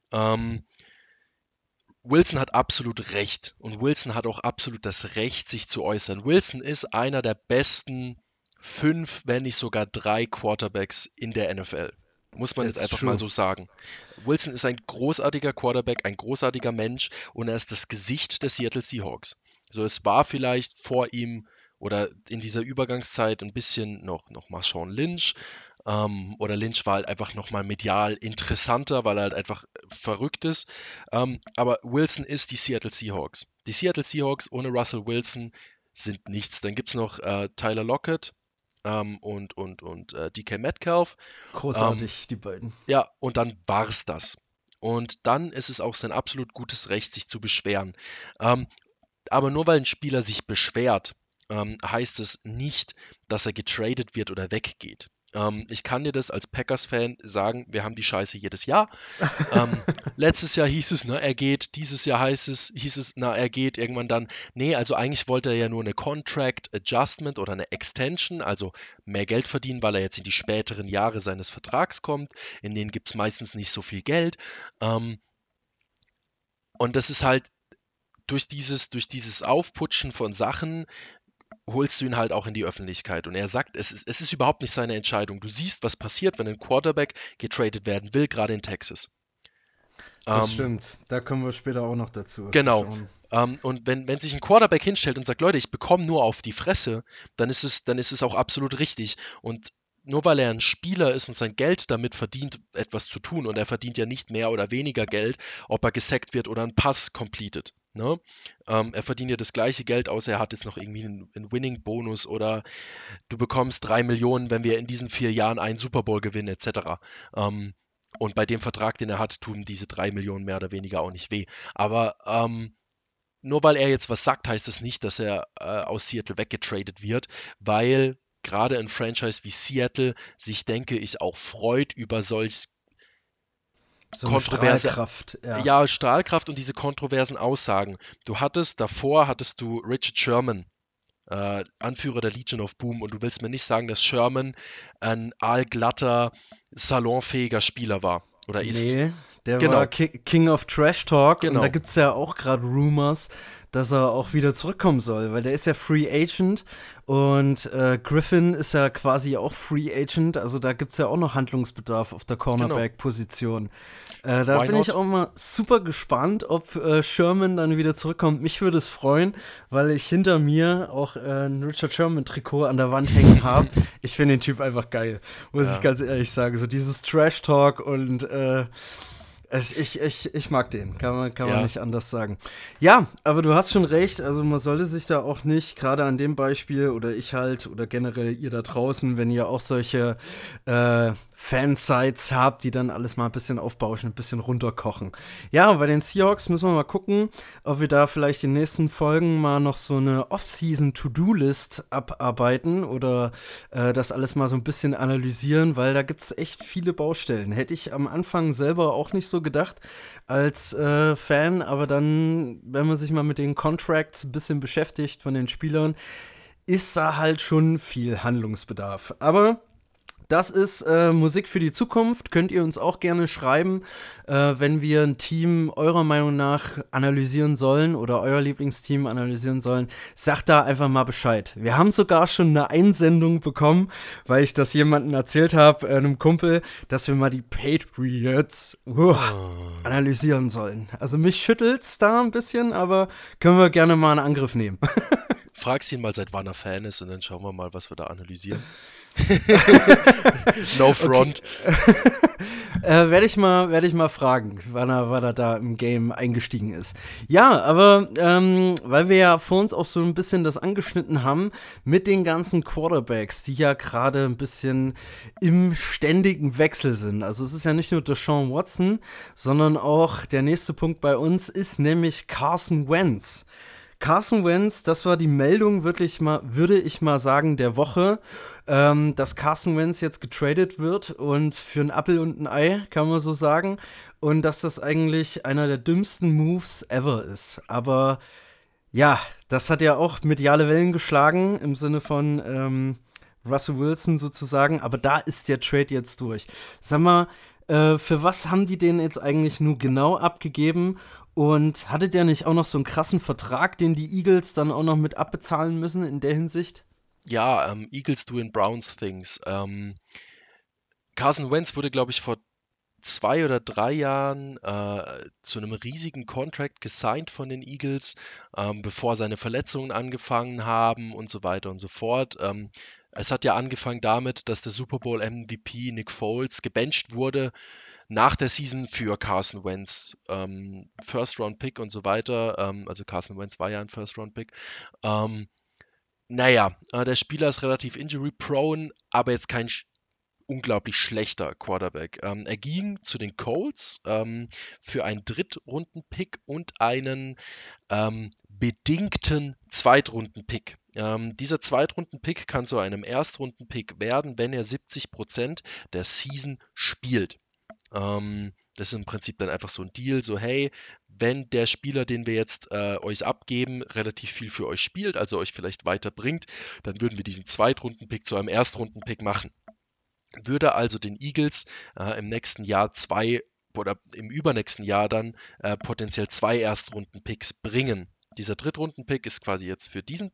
Wilson hat absolut recht und Wilson hat auch absolut das Recht, sich zu äußern. Wilson ist einer der besten 5, wenn nicht sogar 3 Quarterbacks in der NFL. Muss man jetzt einfach mal so sagen. Wilson ist ein großartiger Quarterback, ein großartiger Mensch und er ist das Gesicht der Seattle Seahawks. So, es war vielleicht vor ihm oder in dieser Übergangszeit ein bisschen noch Marshawn Lynch. Oder Lynch war halt einfach nochmal medial interessanter, weil er halt einfach verrückt ist. Aber Wilson ist die Seattle Seahawks. Die Seattle Seahawks ohne Russell Wilson sind nichts. Dann gibt es noch Tyler Lockett und DK Metcalf. Großartig, die beiden. Ja, und dann war's das. Und dann ist es auch sein absolut gutes Recht, sich zu beschweren. Aber nur weil ein Spieler sich beschwert, heißt es nicht, dass er getradet wird oder weggeht. Ich kann dir das als Packers-Fan sagen, wir haben die Scheiße jedes Jahr. Letztes Jahr hieß es, er geht. Dieses Jahr hieß es, er geht. Irgendwann dann, nee, also eigentlich wollte er ja nur eine Contract Adjustment oder eine Extension, also mehr Geld verdienen, weil er jetzt in die späteren Jahre seines Vertrags kommt. In denen gibt es meistens nicht so viel Geld. Und das ist halt durch dieses Aufputschen von Sachen holst du ihn halt auch in die Öffentlichkeit. Und er sagt, es ist überhaupt nicht seine Entscheidung. Du siehst, was passiert, wenn ein Quarterback getradet werden will, gerade in Texas. Das stimmt. Da kommen wir später auch noch dazu. Genau. Und wenn sich ein Quarterback hinstellt und sagt, Leute, ich bekomme nur auf die Fresse, dann ist es auch absolut richtig. Und nur weil er ein Spieler ist und sein Geld damit verdient, etwas zu tun, und er verdient ja nicht mehr oder weniger Geld, ob er gesackt wird oder einen Pass completed. Ne? Er verdient ja das gleiche Geld, außer er hat jetzt noch irgendwie einen Winning-Bonus oder du bekommst 3 Millionen, wenn wir in diesen 4 Jahren einen Super Bowl gewinnen, etc. Und bei dem Vertrag, den er hat, tun diese 3 Millionen mehr oder weniger auch nicht weh. Aber nur weil er jetzt was sagt, heißt das nicht, dass er aus Seattle weggetradet wird, weil gerade ein Franchise wie Seattle sich, denke ich, auch freut über solch so kontroverse Strahlkraft. Ja, Strahlkraft und diese kontroversen Aussagen. Davor hattest du Richard Sherman, Anführer der Legion of Boom, und du willst mir nicht sagen, dass Sherman ein aalglatter, salonfähiger Spieler war oder ist. Nee, der war King of Trash Talk, genau. Und da gibt es ja auch gerade Rumors, dass er auch wieder zurückkommen soll, weil der ist ja Free Agent und Griffin ist ja quasi auch Free Agent, also da gibt es ja auch noch Handlungsbedarf auf der Cornerback-Position. Da bin ich auch mal super gespannt, ob Sherman dann wieder zurückkommt. Mich würde es freuen, weil ich hinter mir auch ein Richard Sherman-Trikot an der Wand hängen habe. Ich finde den Typ einfach geil, muss ich ganz ehrlich sagen. So dieses Trash-Talk und ich mag den, kann man nicht anders sagen. Ja, aber du hast schon recht, also man sollte sich da auch nicht, gerade an dem Beispiel, oder ich halt, oder generell ihr da draußen, wenn ihr auch solche Fansites habt, die dann alles mal ein bisschen aufbauschen, ein bisschen runterkochen. Ja, bei den Seahawks müssen wir mal gucken, ob wir da vielleicht in den nächsten Folgen mal noch so eine Off-Season-To-Do-List abarbeiten oder das alles mal so ein bisschen analysieren, weil da gibt es echt viele Baustellen. Hätte ich am Anfang selber auch nicht so gedacht als Fan, aber dann, wenn man sich mal mit den Contracts ein bisschen beschäftigt von den Spielern, ist da halt schon viel Handlungsbedarf. Aber das ist Musik für die Zukunft. Könnt ihr uns auch gerne schreiben, wenn wir ein Team eurer Meinung nach analysieren sollen oder euer Lieblingsteam analysieren sollen. Sagt da einfach mal Bescheid. Wir haben sogar schon eine Einsendung bekommen, weil ich das jemandem erzählt habe, einem Kumpel, dass wir mal die Patriots analysieren sollen. Also mich schüttelt's da ein bisschen, aber können wir gerne mal einen Angriff nehmen. Fragst ihn mal, seit wann er Fan ist, und dann schauen wir mal, was wir da analysieren. No front. Werde ich mal fragen, wann er da im Game eingestiegen ist. Ja, aber weil wir ja vor uns auch so ein bisschen das angeschnitten haben mit den ganzen Quarterbacks, die ja gerade ein bisschen im ständigen Wechsel sind. Also es ist ja nicht nur Deshaun Watson, sondern auch der nächste Punkt bei uns ist nämlich Carson Wentz. Carson Wentz, das war die Meldung wirklich mal, würde ich mal sagen, der Woche, dass Carson Wentz jetzt getradet wird und für ein Apfel und ein Ei, kann man so sagen, und dass das eigentlich einer der dümmsten Moves ever ist. Aber ja, das hat ja auch mediale Wellen geschlagen im Sinne von Russell Wilson sozusagen, aber da ist der Trade jetzt durch. Sag mal, für was haben die den jetzt eigentlich nur genau abgegeben? Und hatte der nicht auch noch so einen krassen Vertrag, den die Eagles dann auch noch mit abbezahlen müssen in der Hinsicht? Ja, Eagles doing Browns things. Carson Wentz wurde, glaube ich, vor 2 oder 3 Jahren zu einem riesigen Contract gesigned von den Eagles, bevor seine Verletzungen angefangen haben und so weiter und so fort. Es hat ja angefangen damit, dass der Super Bowl MVP Nick Foles gebencht wurde nach der Season für Carson Wentz, First-Round-Pick und so weiter. Also Carson Wentz war ja ein First-Round-Pick. Der Spieler ist relativ injury-prone, aber jetzt kein unglaublich schlechter Quarterback. Er ging zu den Colts für einen Drittrunden-Pick und einen bedingten Zweitrunden-Pick. Dieser Zweitrunden-Pick kann zu einem Erstrunden-Pick werden, wenn er 70% der Season spielt. Das ist im Prinzip dann einfach so ein Deal, so hey, wenn der Spieler, den wir jetzt euch abgeben, relativ viel für euch spielt, also euch vielleicht weiterbringt, dann würden wir diesen Zweitrunden-Pick zu einem Erstrunden-Pick machen. Würde also den Eagles im nächsten Jahr oder im übernächsten Jahr dann potenziell 2 Erstrunden-Picks bringen. Dieser Drittrunden-Pick ist quasi jetzt für diesen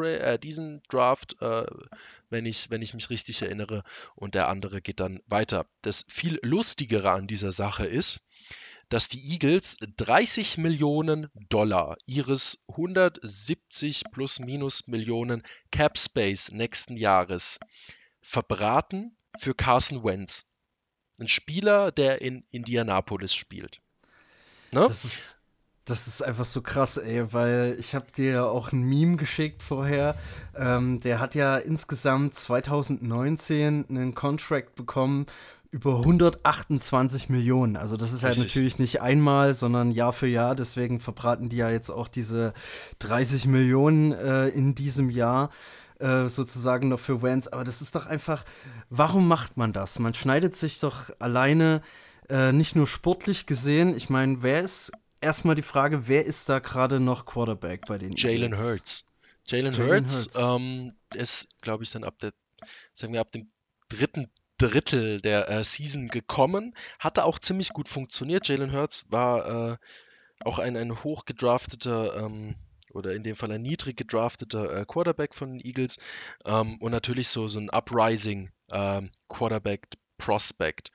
Draft, wenn ich mich richtig erinnere, und der andere geht dann weiter. Das viel Lustigere an dieser Sache ist, dass die Eagles 30 Millionen Dollar ihres 170 plus minus Millionen Cap Space nächsten Jahres verbraten für Carson Wentz. Ein Spieler, der in Indianapolis spielt. Ne? Das ist einfach so krass, ey, weil ich habe dir ja auch ein Meme geschickt vorher. Der hat ja insgesamt 2019 einen Contract bekommen über 128 Millionen. Also das ist ja natürlich nicht einmal, sondern Jahr für Jahr. Deswegen verbraten die ja jetzt auch diese 30 Millionen in diesem Jahr sozusagen noch für Wentz. Aber das ist doch einfach, warum macht man das? Man schneidet sich doch alleine nicht nur sportlich gesehen. Ich meine, erstmal die Frage, wer ist da gerade noch Quarterback bei den Jalen Eagles? Hurts. Jalen Hurts ist, glaube ich, dann ab dem dritten Drittel der Season gekommen. Hatte auch ziemlich gut funktioniert. Jalen Hurts war auch ein hochgedrafteter oder in dem Fall ein niedrig gedrafteter Quarterback von den Eagles und natürlich so ein Uprising Quarterback Prospect.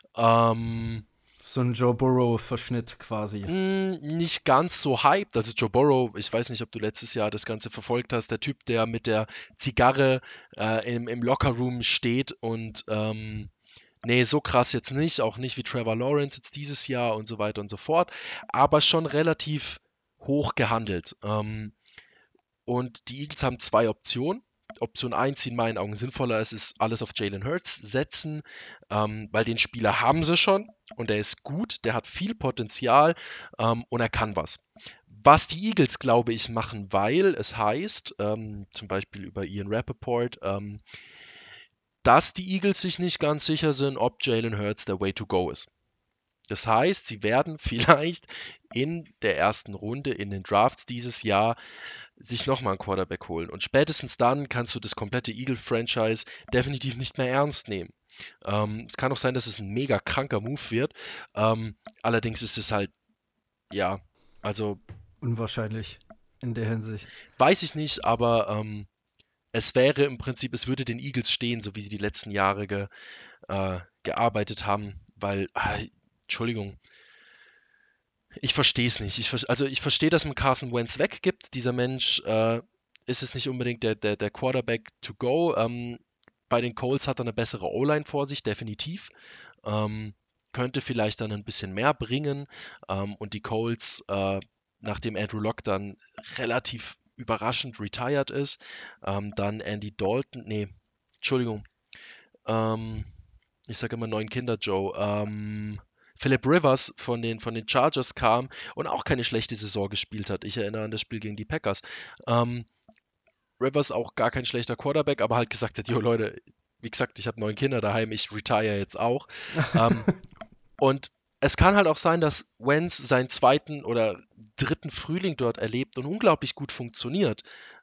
So ein Joe Burrow-Verschnitt quasi. Nicht ganz so hyped. Also Joe Burrow, ich weiß nicht, ob du letztes Jahr das Ganze verfolgt hast, der Typ, der mit der Zigarre im Lockerroom steht und nee, so krass jetzt nicht, auch nicht wie Trevor Lawrence jetzt dieses Jahr und so weiter und so fort, aber schon relativ hoch gehandelt. Und die Eagles haben 2 Optionen. Option 1, die in meinen Augen sinnvoller ist alles auf Jalen Hurts setzen, weil den Spieler haben sie schon und der ist gut, der hat viel Potenzial und er kann was. Was die Eagles, glaube ich, machen, weil es heißt, zum Beispiel über Ian Rappaport, dass die Eagles sich nicht ganz sicher sind, ob Jalen Hurts der Way to go ist. Das heißt, sie werden vielleicht in der ersten Runde in den Drafts dieses Jahr sich nochmal einen Quarterback holen. Und spätestens dann kannst du das komplette Eagle-Franchise definitiv nicht mehr ernst nehmen. Es kann auch sein, dass es ein mega kranker Move wird. Allerdings ist es halt, ja, also... unwahrscheinlich in der Hinsicht. Weiß ich nicht, aber es wäre im Prinzip, es würde den Eagles stehen, so wie sie die letzten Jahre gearbeitet haben, weil... Entschuldigung, ich verstehe es nicht. Ich verstehe, dass man Carson Wentz weggibt. Dieser Mensch ist es nicht unbedingt der Quarterback to go. Bei den Colts hat er eine bessere O-Line vor sich, definitiv. Könnte vielleicht dann ein bisschen mehr bringen. Und die Colts, nachdem Andrew Luck dann relativ überraschend retired ist, dann Andy Dalton, ich sage immer 9 Kinder, Joe, Philip Rivers von den Chargers kam und auch keine schlechte Saison gespielt hat. Ich erinnere an das Spiel gegen die Packers. Rivers auch gar kein schlechter Quarterback, aber halt gesagt hat, jo Leute, wie gesagt, ich habe 9 Kinder daheim, ich retire jetzt auch. Und es kann halt auch sein, dass Wentz seinen 2. oder 3. Frühling dort erlebt und unglaublich gut funktioniert.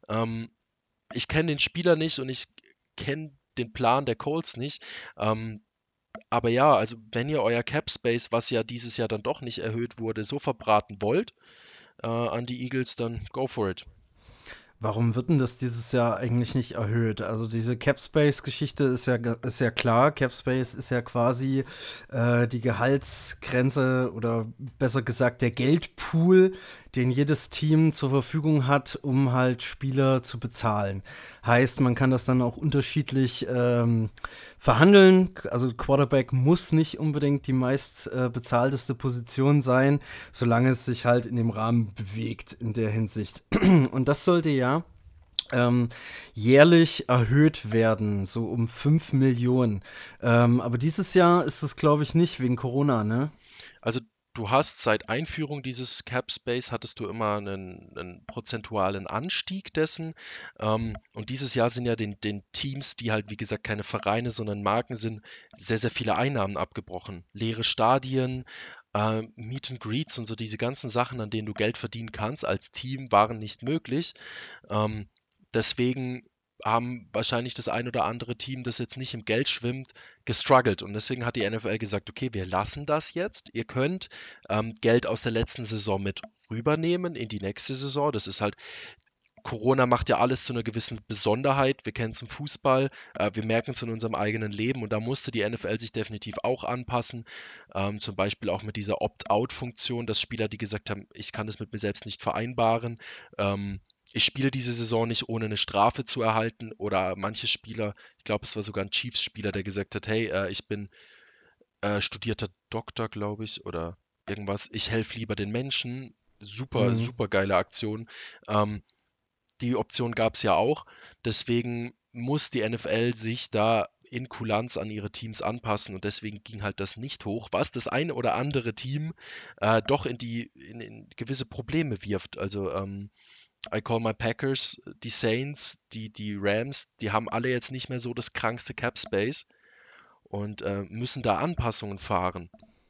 Ich kenne den Spieler nicht und ich kenne den Plan der Colts nicht. Aber ja, also wenn ihr euer Cap Space, was ja dieses Jahr dann doch nicht erhöht wurde, so verbraten wollt an die Eagles, dann go for it. Warum wird denn das dieses Jahr eigentlich nicht erhöht? Also diese Cap-Space-Geschichte ist ja klar. Cap-Space ist ja quasi die Gehaltsgrenze oder besser gesagt der Geldpool, den jedes Team zur Verfügung hat, um halt Spieler zu bezahlen. Heißt, man kann das dann auch unterschiedlich verhandeln. Also Quarterback muss nicht unbedingt die meist bezahlteste Position sein, solange es sich halt in dem Rahmen bewegt in der Hinsicht. Und das sollte ja jährlich erhöht werden, so um 5 Millionen. Aber dieses Jahr ist es, glaube ich, nicht wegen Corona, ne? Also du hast seit Einführung dieses Cap Space hattest du immer einen prozentualen Anstieg dessen. Und dieses Jahr sind ja den Teams, die halt wie gesagt keine Vereine, sondern Marken sind, sehr, sehr viele Einnahmen abgebrochen. Leere Stadien, Meet and Greets und so diese ganzen Sachen, an denen du Geld verdienen kannst als Team, waren nicht möglich. Deswegen haben wahrscheinlich das ein oder andere Team, das jetzt nicht im Geld schwimmt, gestruggelt. Und deswegen hat die NFL gesagt, okay, wir lassen das jetzt. Ihr könnt Geld aus der letzten Saison mit rübernehmen in die nächste Saison. Das ist halt, Corona macht ja alles zu einer gewissen Besonderheit. Wir kennen es im Fußball, wir merken es in unserem eigenen Leben und da musste die NFL sich definitiv auch anpassen. Zum Beispiel auch mit dieser Opt-out-Funktion, dass Spieler, die gesagt haben, ich kann das mit mir selbst nicht vereinbaren, ich spiele diese Saison nicht, ohne eine Strafe zu erhalten. Oder manche Spieler, ich glaube, es war sogar ein Chiefs-Spieler, der gesagt hat, hey, ich bin studierter Doktor, glaube ich, oder irgendwas. Ich helfe lieber den Menschen. Super, super geile Aktion. Die Option gab es ja auch. Deswegen muss die NFL sich da in Kulanz an ihre Teams anpassen und deswegen ging halt das nicht hoch, was das eine oder andere Team doch in gewisse Probleme wirft. Also I call my Packers, die Saints, die Rams, die haben alle jetzt nicht mehr so das krankste Cap Space und müssen da Anpassungen fahren.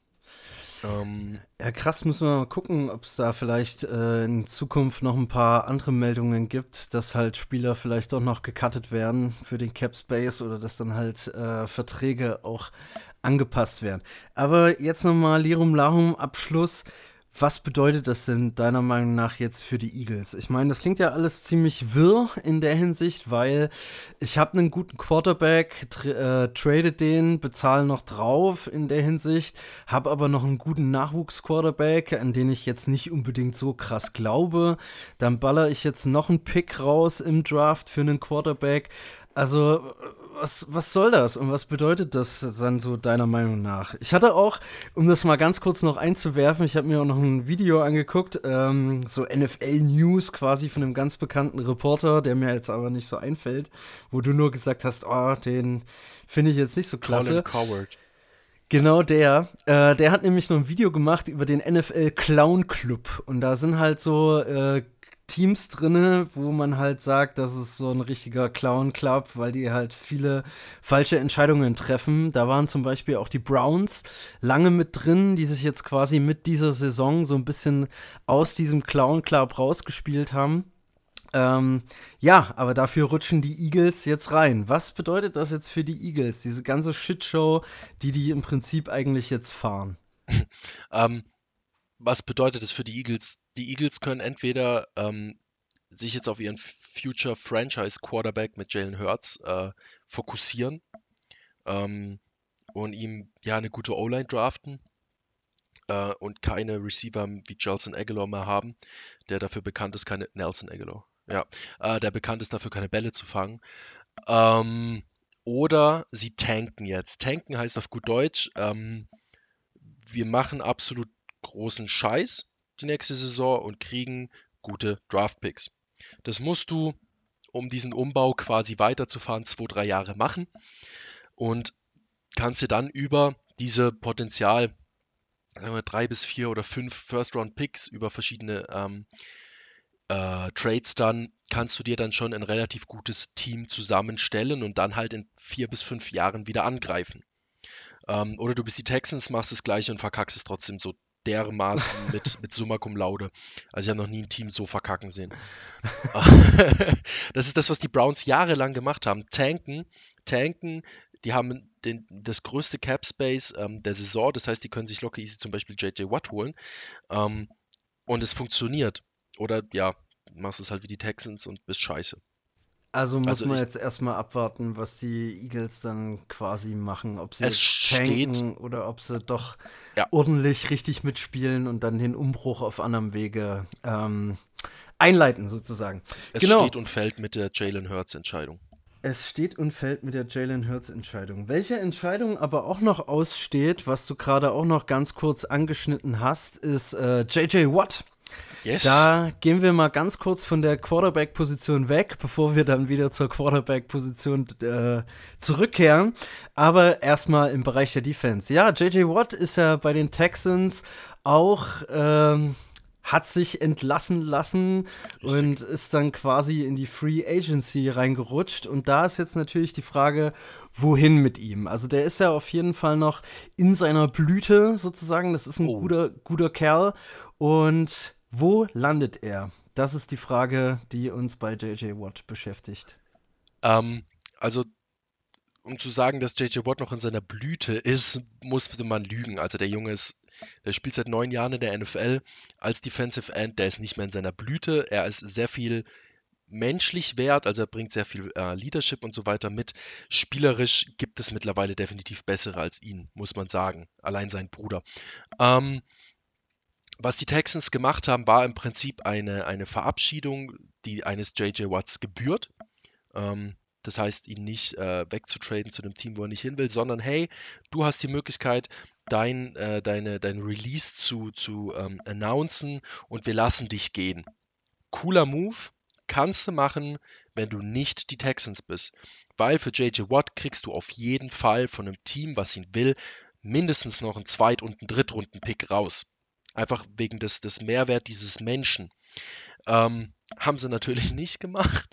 Ja, krass, müssen wir mal gucken, ob es da vielleicht in Zukunft noch ein paar andere Meldungen gibt, dass halt Spieler vielleicht doch noch gecuttet werden für den Cap Space oder dass dann halt Verträge auch angepasst werden. Aber jetzt nochmal Lirum Larum Abschluss. Was bedeutet das denn deiner Meinung nach jetzt für die Eagles? Ich meine, das klingt ja alles ziemlich wirr in der Hinsicht, weil ich habe einen guten Quarterback, trade den, bezahle noch drauf in der Hinsicht, habe aber noch einen guten Nachwuchs-Quarterback, an den ich jetzt nicht unbedingt so krass glaube. Dann baller ich jetzt noch einen Pick raus im Draft für einen Quarterback. Also, was soll das und was bedeutet das dann so deiner Meinung nach? Ich hatte auch, um das mal ganz kurz noch einzuwerfen, ich habe mir auch noch ein Video angeguckt, so NFL-News quasi von einem ganz bekannten Reporter, der mir jetzt aber nicht so einfällt, wo du nur gesagt hast, oh, den finde ich jetzt nicht so klasse. Colin Coward. Genau der hat nämlich noch ein Video gemacht über den NFL Clown Club und da sind halt so Teams drinne, wo man halt sagt, das ist so ein richtiger Clown Club, weil die halt viele falsche Entscheidungen treffen. Da waren zum Beispiel auch die Browns lange mit drin, die sich jetzt quasi mit dieser Saison so ein bisschen aus diesem Clown Club rausgespielt haben. Ja, aber dafür rutschen die Eagles jetzt rein. Was bedeutet das jetzt für die Eagles, diese ganze Shitshow, die im Prinzip eigentlich jetzt fahren? Ähm, Was bedeutet das für die Eagles? Die Eagles können entweder sich jetzt auf ihren Future Franchise Quarterback mit Jalen Hurts fokussieren und ihm ja eine gute O-Line draften und keine Receiver wie Nelson Agholor mehr haben, der dafür bekannt ist, der bekannt ist dafür, keine Bälle zu fangen. Oder sie tanken jetzt. Tanken heißt auf gut Deutsch, wir machen absolut großen Scheiß die nächste Saison und kriegen gute Draftpicks. Das musst du, um diesen Umbau quasi weiterzufahren, 2-3 Jahre machen und kannst dir dann über diese Potenzial, sagen wir 3 bis 4 oder 5 First-Round-Picks über verschiedene Trades dann, kannst du dir dann schon ein relativ gutes Team zusammenstellen und dann halt in 4 bis 5 Jahren wieder angreifen. Oder du bist die Texans, machst das Gleiche und verkackst es trotzdem so dermaßen mit Summa Cum Laude. Also ich habe noch nie ein Team so verkacken sehen. Das ist das, was die Browns jahrelang gemacht haben. Tanken, die haben das größte Cap Space der Saison, das heißt, die können sich locker easy zum Beispiel J.J. Watt holen. Und es funktioniert. Oder ja, machst es halt wie die Texans und bist scheiße. Also muss Also man ich, jetzt erstmal abwarten, was die Eagles dann quasi machen. Ob sie es jetzt steht, tanken oder ob sie doch ja, ordentlich richtig mitspielen und dann den Umbruch auf anderem Wege einleiten, sozusagen. es Genau. steht und fällt mit der Jalen Hurts Entscheidung. Es steht und fällt mit der Jalen Hurts-Entscheidung. Welche Entscheidung aber auch noch aussteht, was du gerade auch noch ganz kurz angeschnitten hast, ist J.J. Watt. Yes. Da gehen wir mal ganz kurz von der Quarterback-Position weg, bevor wir dann wieder zur Quarterback-Position zurückkehren. Aber erstmal im Bereich der Defense. Ja, J.J. Watt ist ja bei den Texans auch hat sich entlassen lassen und ist dann quasi in die Free Agency reingerutscht. Und da ist jetzt natürlich die Frage, wohin mit ihm? Also der ist ja auf jeden Fall noch in seiner Blüte sozusagen. Das ist ein guter Kerl. Und wo landet er? Das ist die Frage, die uns bei J.J. Watt beschäftigt. Also, um zu sagen, dass J.J. Watt noch in seiner Blüte ist, musste man lügen. Also der Junge der spielt seit 9 Jahren in der NFL als Defensive End, der ist nicht mehr in seiner Blüte. Er ist sehr viel menschlich wert, also er bringt sehr viel Leadership und so weiter mit. Spielerisch gibt es mittlerweile definitiv bessere als ihn, muss man sagen. Allein sein Bruder. Was die Texans gemacht haben, war im Prinzip eine Verabschiedung, die eines J.J. Watts gebührt. Das heißt, ihn nicht wegzutraden zu dem Team, wo er nicht hin will, sondern hey, du hast die Möglichkeit, dein Release zu announcen und wir lassen dich gehen. Cooler Move, kannst du machen, wenn du nicht die Texans bist. Weil für J.J. Watt kriegst du auf jeden Fall von einem Team, was ihn will, mindestens noch einen Zweit- und einen Drittrunden-Pick raus. Einfach wegen des Mehrwert dieses Menschen. Haben sie natürlich nicht gemacht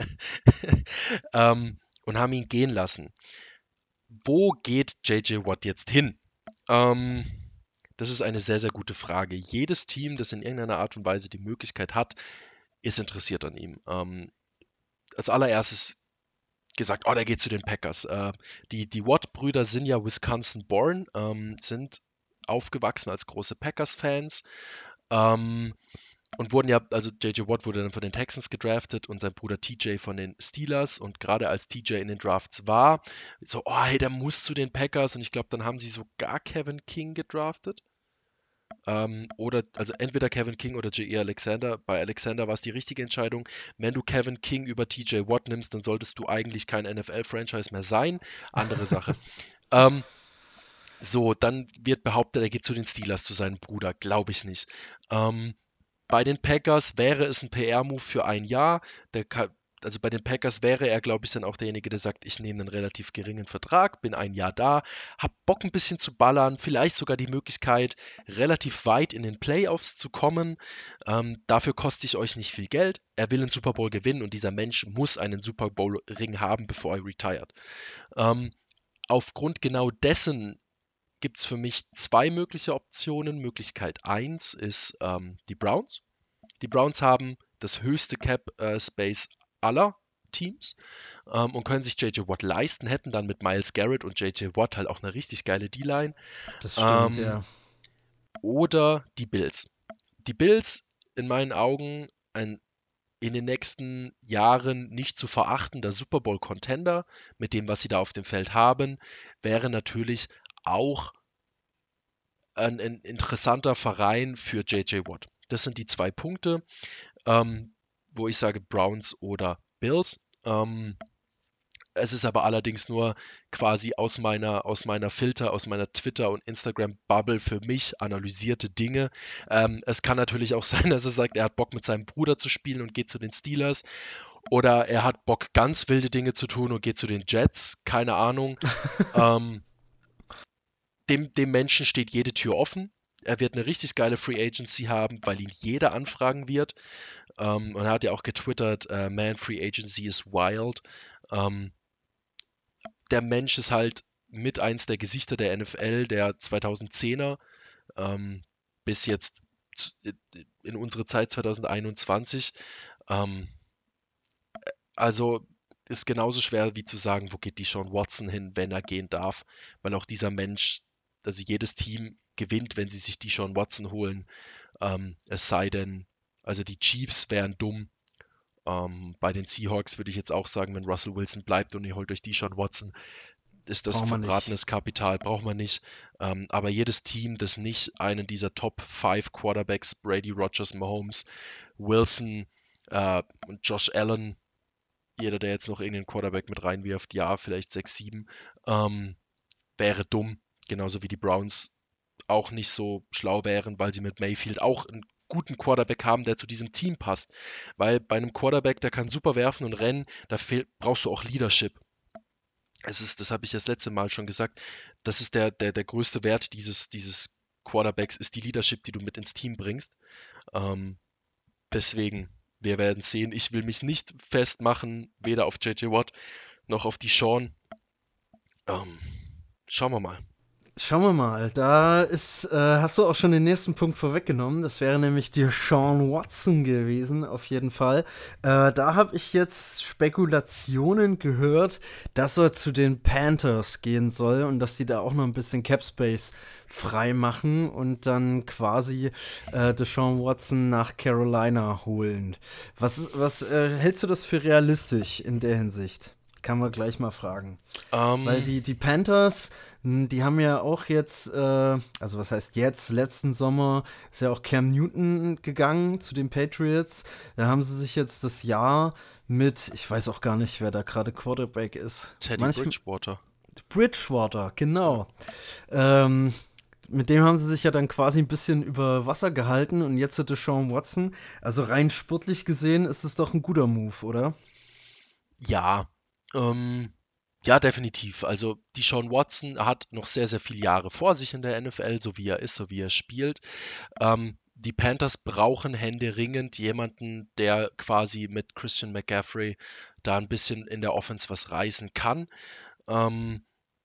und haben ihn gehen lassen. Wo geht J.J. Watt jetzt hin? Das ist eine sehr, sehr gute Frage. Jedes Team, das in irgendeiner Art und Weise die Möglichkeit hat, ist interessiert an ihm. Als allererstes gesagt, der geht zu den Packers. Die Watt-Brüder sind ja Wisconsin-born, sind aufgewachsen als große Packers-Fans. Und wurden ja, also J.J. Watt wurde dann von den Texans gedraftet und sein Bruder TJ von den Steelers. Und gerade als TJ in den Drafts war, so, hey, der muss zu den Packers. Und ich glaube, dann haben sie sogar Kevin King gedraftet. oder also entweder Kevin King oder J.E. Alexander. Bei Alexander war es die richtige Entscheidung. Wenn du Kevin King über TJ Watt nimmst, dann solltest du eigentlich kein NFL-Franchise mehr sein. Andere Sache. So, dann wird behauptet, er geht zu den Steelers, zu seinem Bruder. Glaube ich nicht. Bei den Packers wäre es ein PR-Move für ein Jahr. Also bei den Packers wäre er, glaube ich, dann auch derjenige, der sagt, ich nehme einen relativ geringen Vertrag, bin ein Jahr da, hab Bock ein bisschen zu ballern, vielleicht sogar die Möglichkeit, relativ weit in den Playoffs zu kommen. Dafür koste ich euch nicht viel Geld. Er will einen Super Bowl gewinnen und dieser Mensch muss einen Super Bowl-Ring haben, bevor er retired. Aufgrund genau dessen gibt es für mich 2 mögliche Optionen. Möglichkeit 1 ist die Browns. Die Browns haben das höchste Cap-Space aller Teams und können sich J.J. Watt leisten, hätten dann mit Myles Garrett und J.J. Watt halt auch eine richtig geile D-Line. Das stimmt, ja. Oder die Bills. Die Bills, in meinen Augen, ein in den nächsten Jahren nicht zu verachtender Super Bowl-Contender mit dem, was sie da auf dem Feld haben, wäre natürlich auch ein interessanter Verein für J.J. Watt. Das sind die 2 Punkte, wo ich sage Browns oder Bills. Es ist aber allerdings nur quasi aus meiner Filter, aus meiner Twitter- und Instagram-Bubble für mich analysierte Dinge. Es kann natürlich auch sein, dass er sagt, er hat Bock mit seinem Bruder zu spielen und geht zu den Steelers. Oder er hat Bock, ganz wilde Dinge zu tun und geht zu den Jets. Keine Ahnung. Dem Menschen steht jede Tür offen. Er wird eine richtig geile Free Agency haben, weil ihn jeder anfragen wird. Und er hat ja auch getwittert, man, Free Agency is wild. Der Mensch ist halt mit eins der Gesichter der NFL, der 2010er, bis jetzt in unsere Zeit 2021. Also ist genauso schwer wie zu sagen, wo geht Deshaun Watson hin, wenn er gehen darf, weil auch dieser Mensch, also jedes Team gewinnt, wenn sie sich Deshaun Watson holen, es sei denn, also die Chiefs wären dumm. Bei den Seahawks würde ich jetzt auch sagen, wenn Russell Wilson bleibt und ihr holt euch Deshaun Watson, ist das verbratenes Kapital, braucht man nicht. Aber jedes Team, das nicht einen dieser Top 5 Quarterbacks, Brady, Rodgers, Mahomes, Wilson und Josh Allen, jeder, der jetzt noch irgendeinen Quarterback mit reinwirft, ja, vielleicht 6, 7, wäre dumm. Genauso wie die Browns auch nicht so schlau wären, weil sie mit Mayfield auch einen guten Quarterback haben, der zu diesem Team passt. Weil bei einem Quarterback, der kann super werfen und rennen, brauchst du auch Leadership. Das habe ich das letzte Mal schon gesagt, das ist der größte Wert dieses Quarterbacks, ist die Leadership, die du mit ins Team bringst. Deswegen, wir werden sehen. Ich will mich nicht festmachen, weder auf J.J. Watt noch auf Deshaun. Schauen wir mal. Schauen wir mal, da hast du auch schon den nächsten Punkt vorweggenommen, das wäre nämlich Deshaun Watson gewesen, auf jeden Fall. Da habe ich jetzt Spekulationen gehört, dass er zu den Panthers gehen soll und dass die da auch noch ein bisschen Capspace frei machen und dann quasi Deshaun Watson nach Carolina holen. Was hältst du das für realistisch in der Hinsicht? Kann man gleich mal fragen. Weil die Panthers, die haben ja auch jetzt, also was heißt jetzt, letzten Sommer ist ja auch Cam Newton gegangen zu den Patriots. Da haben sie sich jetzt das Jahr mit, ich weiß auch gar nicht, wer da gerade Quarterback ist. Teddy Bridgewater. Bridgewater, genau. Mit dem haben sie sich ja dann quasi ein bisschen über Wasser gehalten und jetzt hat Deshaun Watson. Also rein sportlich gesehen ist es doch ein guter Move, oder? Ja. Ja, definitiv. Also Deshaun Watson hat noch sehr, sehr viele Jahre vor sich in der NFL, so wie er ist, so wie er spielt. Die Panthers brauchen händeringend jemanden, der quasi mit Christian McCaffrey da ein bisschen in der Offense was reißen kann. Kann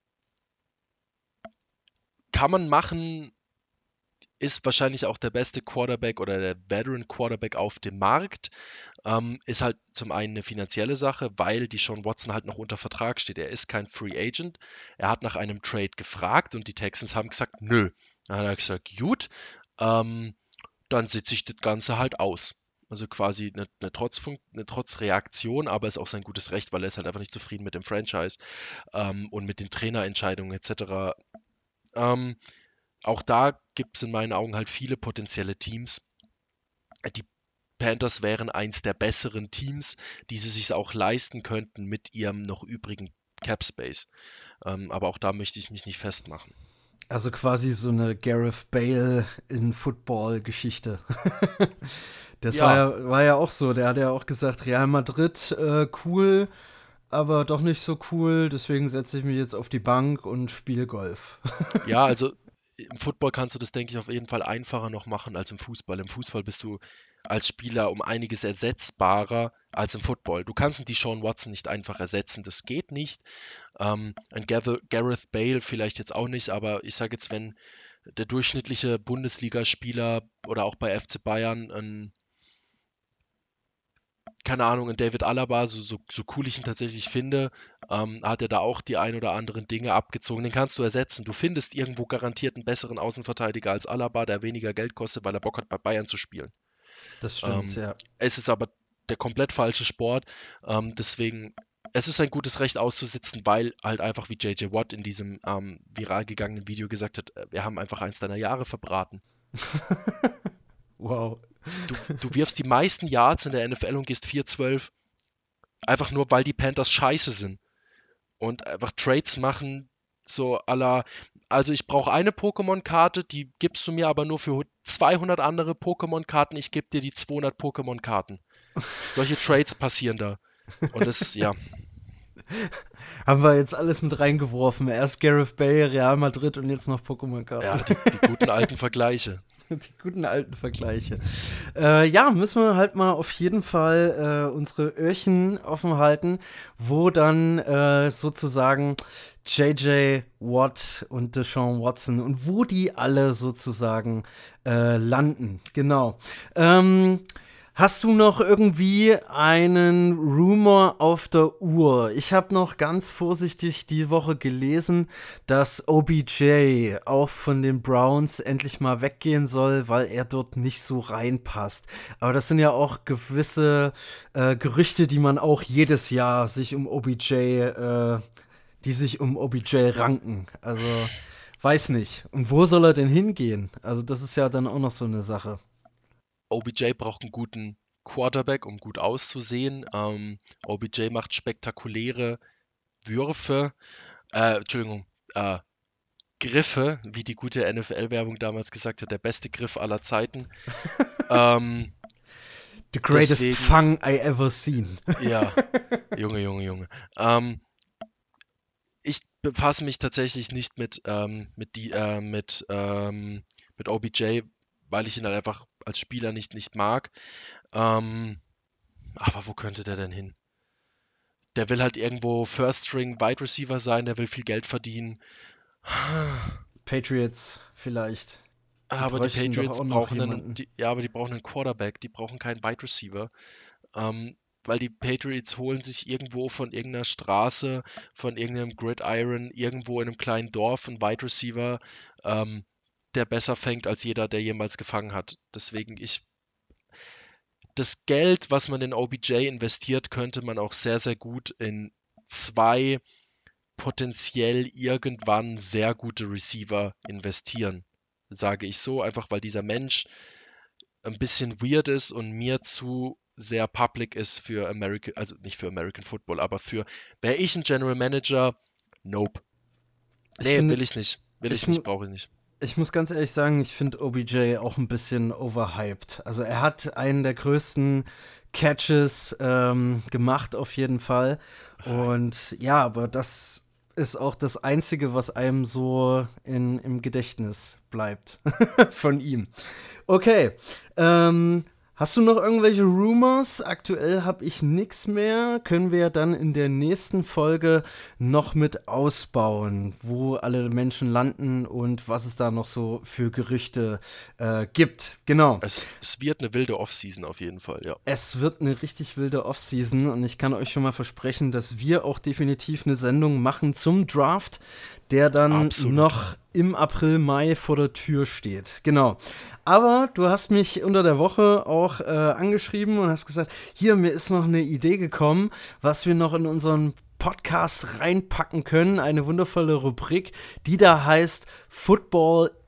man machen, ist wahrscheinlich auch der beste Quarterback oder der Veteran Quarterback auf dem Markt. Ist halt zum einen eine finanzielle Sache, weil Deshaun Watson halt noch unter Vertrag steht. Er ist kein Free Agent. Er hat nach einem Trade gefragt und die Texans haben gesagt, nö. Dann hat er gesagt, gut, dann sitze ich das Ganze halt aus. Also quasi eine Trotzreaktion, aber ist auch sein gutes Recht, weil er ist halt einfach nicht zufrieden mit dem Franchise und mit den Trainerentscheidungen etc. Auch da gibt es in meinen Augen halt viele potenzielle Teams. Die Panthers wären eins der besseren Teams, die sie sich auch leisten könnten mit ihrem noch übrigen Cap Space. Aber auch da möchte ich mich nicht festmachen. Also quasi so eine Gareth Bale in Football-Geschichte. Das war ja auch so. Der hat ja auch gesagt, Real Madrid, cool, aber doch nicht so cool. Deswegen setze ich mich jetzt auf die Bank und spiele Golf. Ja, also im Football kannst du das, denke ich, auf jeden Fall einfacher noch machen als im Fußball. Im Fußball bist du als Spieler um einiges ersetzbarer als im Football. Du kannst einen Deshaun Watson nicht einfach ersetzen, das geht nicht. Ein Gareth Bale vielleicht jetzt auch nicht, aber ich sage jetzt, wenn der durchschnittliche Bundesligaspieler oder auch bei FC Bayern keine Ahnung, ein David Alaba, so cool ich ihn tatsächlich finde, hat er da auch die ein oder anderen Dinge abgezogen. Den kannst du ersetzen. Du findest irgendwo garantiert einen besseren Außenverteidiger als Alaba, der weniger Geld kostet, weil er Bock hat, bei Bayern zu spielen. Das stimmt, ja. Es ist aber der komplett falsche Sport. Deswegen, es ist ein gutes Recht auszusitzen, weil halt einfach wie J.J. Watt in diesem viral gegangenen Video gesagt hat, wir haben einfach eins deiner Jahre verbraten. Wow. Du wirfst die meisten Yards in der NFL und gehst 4-12. Einfach nur, weil die Panthers scheiße sind. Und einfach Trades machen, so à la, also ich brauche eine Pokémon-Karte, die gibst du mir aber nur für 200 andere Pokémon-Karten, ich gebe dir die 200 Pokémon-Karten. Solche Trades passieren da. Und das, ja. Haben wir jetzt alles mit reingeworfen. Erst Gareth Bale, Real Madrid und jetzt noch Pokémon-Karten. Ja, die guten alten Vergleiche. Die guten alten Vergleiche. Ja, müssen wir halt mal auf jeden Fall unsere Öhrchen offen halten, wo dann sozusagen J.J. Watt und Deshaun Watson und wo die alle sozusagen landen. Genau. Hast du noch irgendwie einen Rumor auf der Uhr? Ich habe noch ganz vorsichtig die Woche gelesen, dass OBJ auch von den Browns endlich mal weggehen soll, weil er dort nicht so reinpasst. Aber das sind ja auch gewisse Gerüchte, die man auch jedes Jahr sich um OBJ ranken. Also, weiß nicht. Und wo soll er denn hingehen? Also, das ist ja dann auch noch so eine Sache. OBJ braucht einen guten Quarterback, um gut auszusehen. OBJ macht spektakuläre Würfe, Griffe, wie die gute NFL-Werbung damals gesagt hat, der beste Griff aller Zeiten. The greatest fang I ever seen. Ja, Junge. Ich befasse mich tatsächlich nicht mit OBJ, weil ich ihn halt einfach als Spieler nicht mag. Aber wo könnte der denn hin? Der will halt irgendwo First-String Wide Receiver sein, der will viel Geld verdienen. Patriots vielleicht. Aber die Patriots brauchen einen Quarterback, die brauchen keinen Wide Receiver. Weil die Patriots holen sich irgendwo von irgendeiner Straße, von irgendeinem Gridiron, irgendwo in einem kleinen Dorf einen Wide Receiver, der besser fängt als jeder, der jemals gefangen hat. Deswegen das Geld, was man in OBJ investiert, könnte man auch sehr, sehr gut in 2 potenziell irgendwann sehr gute Receiver investieren. Sage ich so, einfach weil dieser Mensch ein bisschen weird ist und mir zu sehr public ist für American, also nicht für American Football, aber wäre ich ein General Manager? Nope. Will ich nicht. Brauche ich nicht. Ich muss ganz ehrlich sagen, ich finde OBJ auch ein bisschen overhyped. Also er hat einen der größten Catches gemacht auf jeden Fall. Und ja, aber das ist auch das Einzige, was einem so im Gedächtnis bleibt von ihm. Okay, hast du noch irgendwelche Rumors? Aktuell habe ich nichts mehr. Können wir ja dann in der nächsten Folge noch mit ausbauen, wo alle Menschen landen und was es da noch so für Gerüchte gibt. Genau. Es wird eine wilde Offseason auf jeden Fall, ja. Es wird eine richtig wilde Offseason und ich kann euch schon mal versprechen, dass wir auch definitiv eine Sendung machen zum Draft, der dann noch im April, Mai vor der Tür steht. Genau. Aber du hast mich unter der Woche auch angeschrieben und hast gesagt, hier, mir ist noch eine Idee gekommen, was wir noch in unseren Podcast reinpacken können. Eine wundervolle Rubrik, die da heißt Football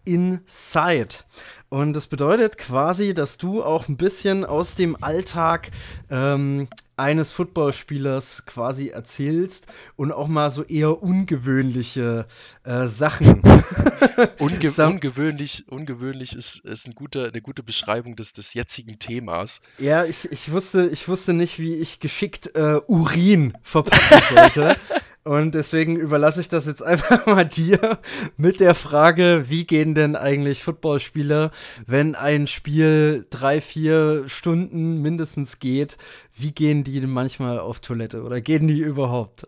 Inside. Und das bedeutet quasi, dass du auch ein bisschen aus dem Alltag eines Footballspielers quasi erzählst und auch mal so eher ungewöhnliche Sachen. Ungewöhnlich ist eine gute Beschreibung des jetzigen Themas. Ja, ich wusste nicht, wie ich geschickt Urin verpacken sollte. Und deswegen überlasse ich das jetzt einfach mal dir mit der Frage, wie gehen denn eigentlich Footballspieler, wenn ein Spiel 3-4 Stunden mindestens geht, wie gehen die denn manchmal auf Toilette oder gehen die überhaupt?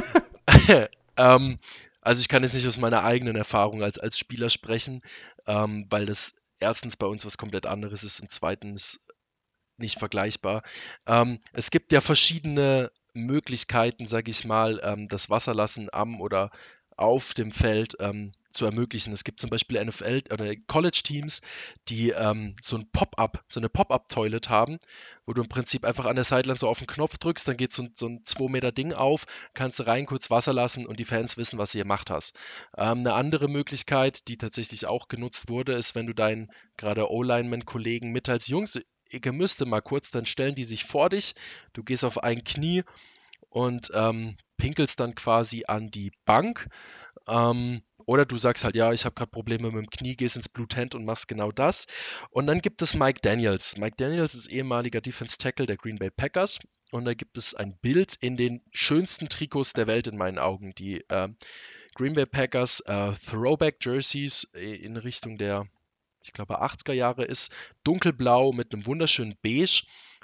Also ich kann jetzt nicht aus meiner eigenen Erfahrung als Spieler sprechen, weil das erstens bei uns was komplett anderes ist und zweitens nicht vergleichbar. Es gibt ja verschiedene Möglichkeiten, sage ich mal, das Wasserlassen am oder auf dem Feld zu ermöglichen. Es gibt zum Beispiel NFL- oder College-Teams, die so eine Pop-Up-Toilet haben, wo du im Prinzip einfach an der Sideline so auf den Knopf drückst, dann geht so ein 2 Meter Ding auf, kannst du rein, kurz Wasser lassen und die Fans wissen, was du gemacht hast. Eine andere Möglichkeit, die tatsächlich auch genutzt wurde, ist, wenn du deinen gerade O-Lineman-Kollegen mitteilst, Jungs, ihr müsste mal kurz, dann stellen die sich vor dich, du gehst auf ein Knie und pinkelst dann quasi an die Bank. Oder du sagst halt, ja, ich habe gerade Probleme mit dem Knie, gehst ins Blue Tent und machst genau das. Und dann gibt es Mike Daniels. Mike Daniels ist ehemaliger Defense Tackle der Green Bay Packers. Und da gibt es ein Bild in den schönsten Trikots der Welt in meinen Augen. Die Green Bay Packers Throwback Jerseys in Richtung der, ich glaube, 80er Jahre ist. Dunkelblau mit einem wunderschönen Beige,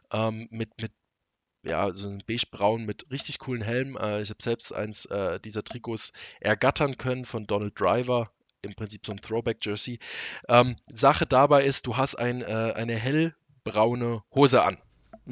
so ein beigebraun mit richtig coolen Helm. Ich habe selbst eins dieser Trikots ergattern können von Donald Driver, im Prinzip so ein Throwback-Jersey. Sache dabei ist, du hast eine hellbraune Hose an.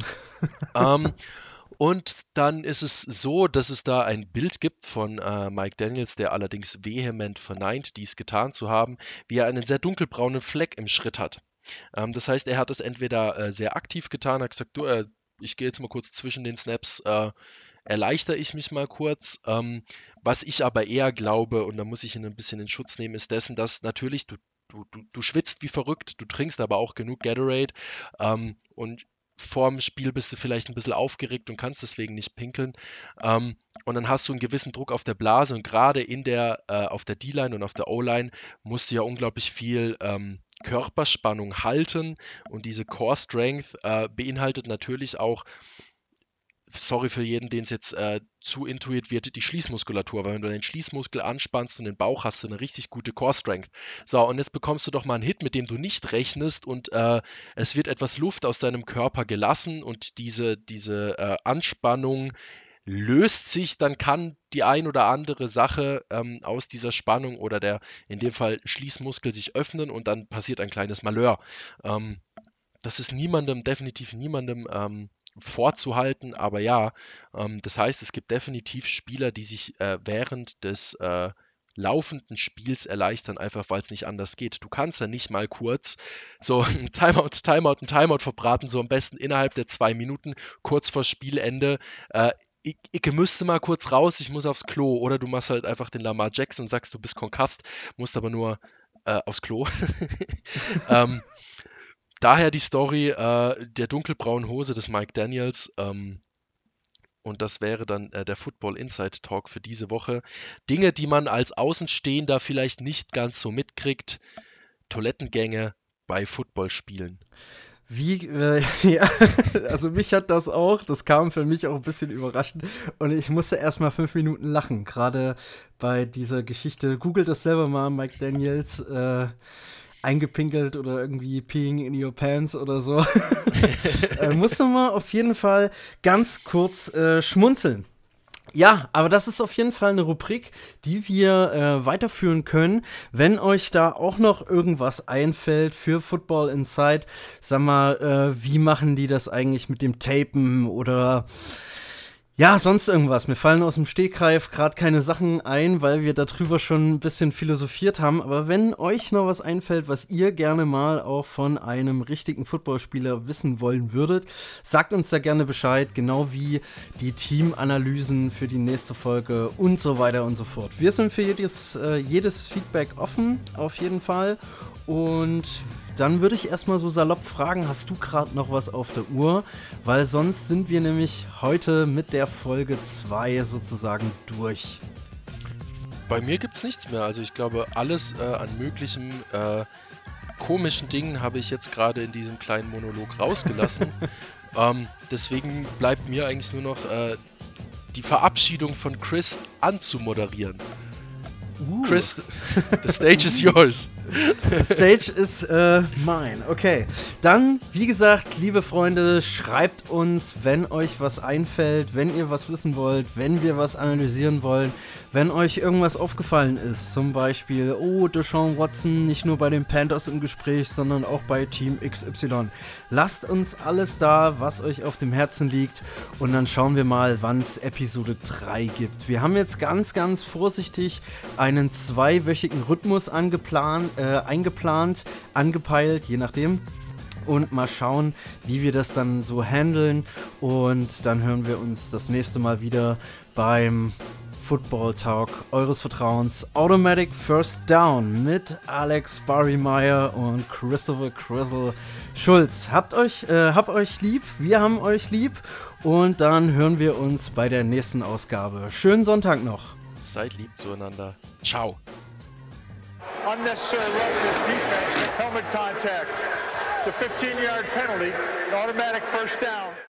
Und dann ist es so, dass es da ein Bild gibt von Mike Daniels, der allerdings vehement verneint, dies getan zu haben, wie er einen sehr dunkelbraunen Fleck im Schritt hat. Das heißt, er hat es entweder sehr aktiv getan, hat gesagt, du, ich gehe jetzt mal kurz zwischen den Snaps, erleichter ich mich mal kurz. Was ich aber eher glaube, und da muss ich ihn ein bisschen in Schutz nehmen, ist dessen, dass natürlich du schwitzt wie verrückt, du trinkst aber auch genug Gatorade und vorm Spiel bist du vielleicht ein bisschen aufgeregt und kannst deswegen nicht pinkeln. Und dann hast du einen gewissen Druck auf der Blase und gerade auf der D-Line und auf der O-Line musst du ja unglaublich viel Körperspannung halten und diese Core Strength beinhaltet natürlich auch, sorry für jeden, den es jetzt zu intuit wird, die Schließmuskulatur, weil wenn du den Schließmuskel anspannst und den Bauch, hast du eine richtig gute Core Strength. So, und jetzt bekommst du doch mal einen Hit, mit dem du nicht rechnest und es wird etwas Luft aus deinem Körper gelassen und diese Anspannung löst sich, dann kann die ein oder andere Sache aus dieser Spannung oder in dem Fall Schließmuskel sich öffnen und dann passiert ein kleines Malheur. Das ist definitiv niemandem vorzuhalten, aber ja, das heißt, es gibt definitiv Spieler, die sich während des laufenden Spiels erleichtern, einfach weil es nicht anders geht. Du kannst ja nicht mal kurz so ein Timeout verbraten, so am besten innerhalb der 2 Minuten, kurz vor Spielende. Ich müsste mal kurz raus, ich muss aufs Klo. Oder du machst halt einfach den Lamar Jackson und sagst, du bist konkast, musst aber nur aufs Klo. Daher die Story der dunkelbraunen Hose des Mike Daniels. Und das wäre dann der Football Inside Talk für diese Woche. Dinge, die man als Außenstehender vielleicht nicht ganz so mitkriegt. Toilettengänge bei Footballspielen. Ja, also mich hat das kam für mich auch ein bisschen überraschend und ich musste erst mal 5 Minuten lachen, gerade bei dieser Geschichte. Googelt das selber mal, Mike Daniels, eingepinkelt oder irgendwie peeing in your pants oder so. Musste mal auf jeden Fall ganz kurz schmunzeln. Ja, aber das ist auf jeden Fall eine Rubrik, die wir weiterführen können. Wenn euch da auch noch irgendwas einfällt für Football Inside, sag mal, wie machen die das eigentlich mit dem Tapen oder Ja, sonst irgendwas. Mir fallen aus dem Stegreif gerade keine Sachen ein, weil wir darüber schon ein bisschen philosophiert haben. Aber wenn euch noch was einfällt, was ihr gerne mal auch von einem richtigen Footballspieler wissen wollen würdet, sagt uns da gerne Bescheid, genau wie die Teamanalysen für die nächste Folge und so weiter und so fort. Wir sind für jedes Feedback offen, auf jeden Fall. Und dann würde ich erstmal so salopp fragen, hast du gerade noch was auf der Uhr? Weil sonst sind wir nämlich heute mit der Folge 2 sozusagen durch. Bei mir gibt es nichts mehr. Also ich glaube, alles an möglichen komischen Dingen habe ich jetzt gerade in diesem kleinen Monolog rausgelassen. Deswegen bleibt mir eigentlich nur noch die Verabschiedung von Chris anzumoderieren. Chris, the stage is yours. The stage is mine. Okay. Dann, wie gesagt, liebe Freunde, schreibt uns, wenn euch was einfällt, wenn ihr was wissen wollt, wenn wir was analysieren wollen, wenn euch irgendwas aufgefallen ist. Zum Beispiel, Deshaun Watson nicht nur bei den Panthers im Gespräch, sondern auch bei Team XY. Lasst uns alles da, was euch auf dem Herzen liegt, und dann schauen wir mal, wann es Episode 3 gibt. Wir haben jetzt ganz, ganz vorsichtig einen 2-wöchigen Rhythmus angepeilt, je nachdem. Und mal schauen, wie wir das dann so handeln. Und dann hören wir uns das nächste Mal wieder beim Football Talk eures Vertrauens, Automatic First Down mit Alex Barrymeyer und Christopher Crizzle Schulz. Habt euch lieb, wir haben euch lieb, und dann hören wir uns bei der nächsten Ausgabe. Schönen Sonntag noch. Seid lieb zueinander. Ciao. Unnecessary roughness defense, helmet contact. It's a 15-yard penalty, an automatic first down.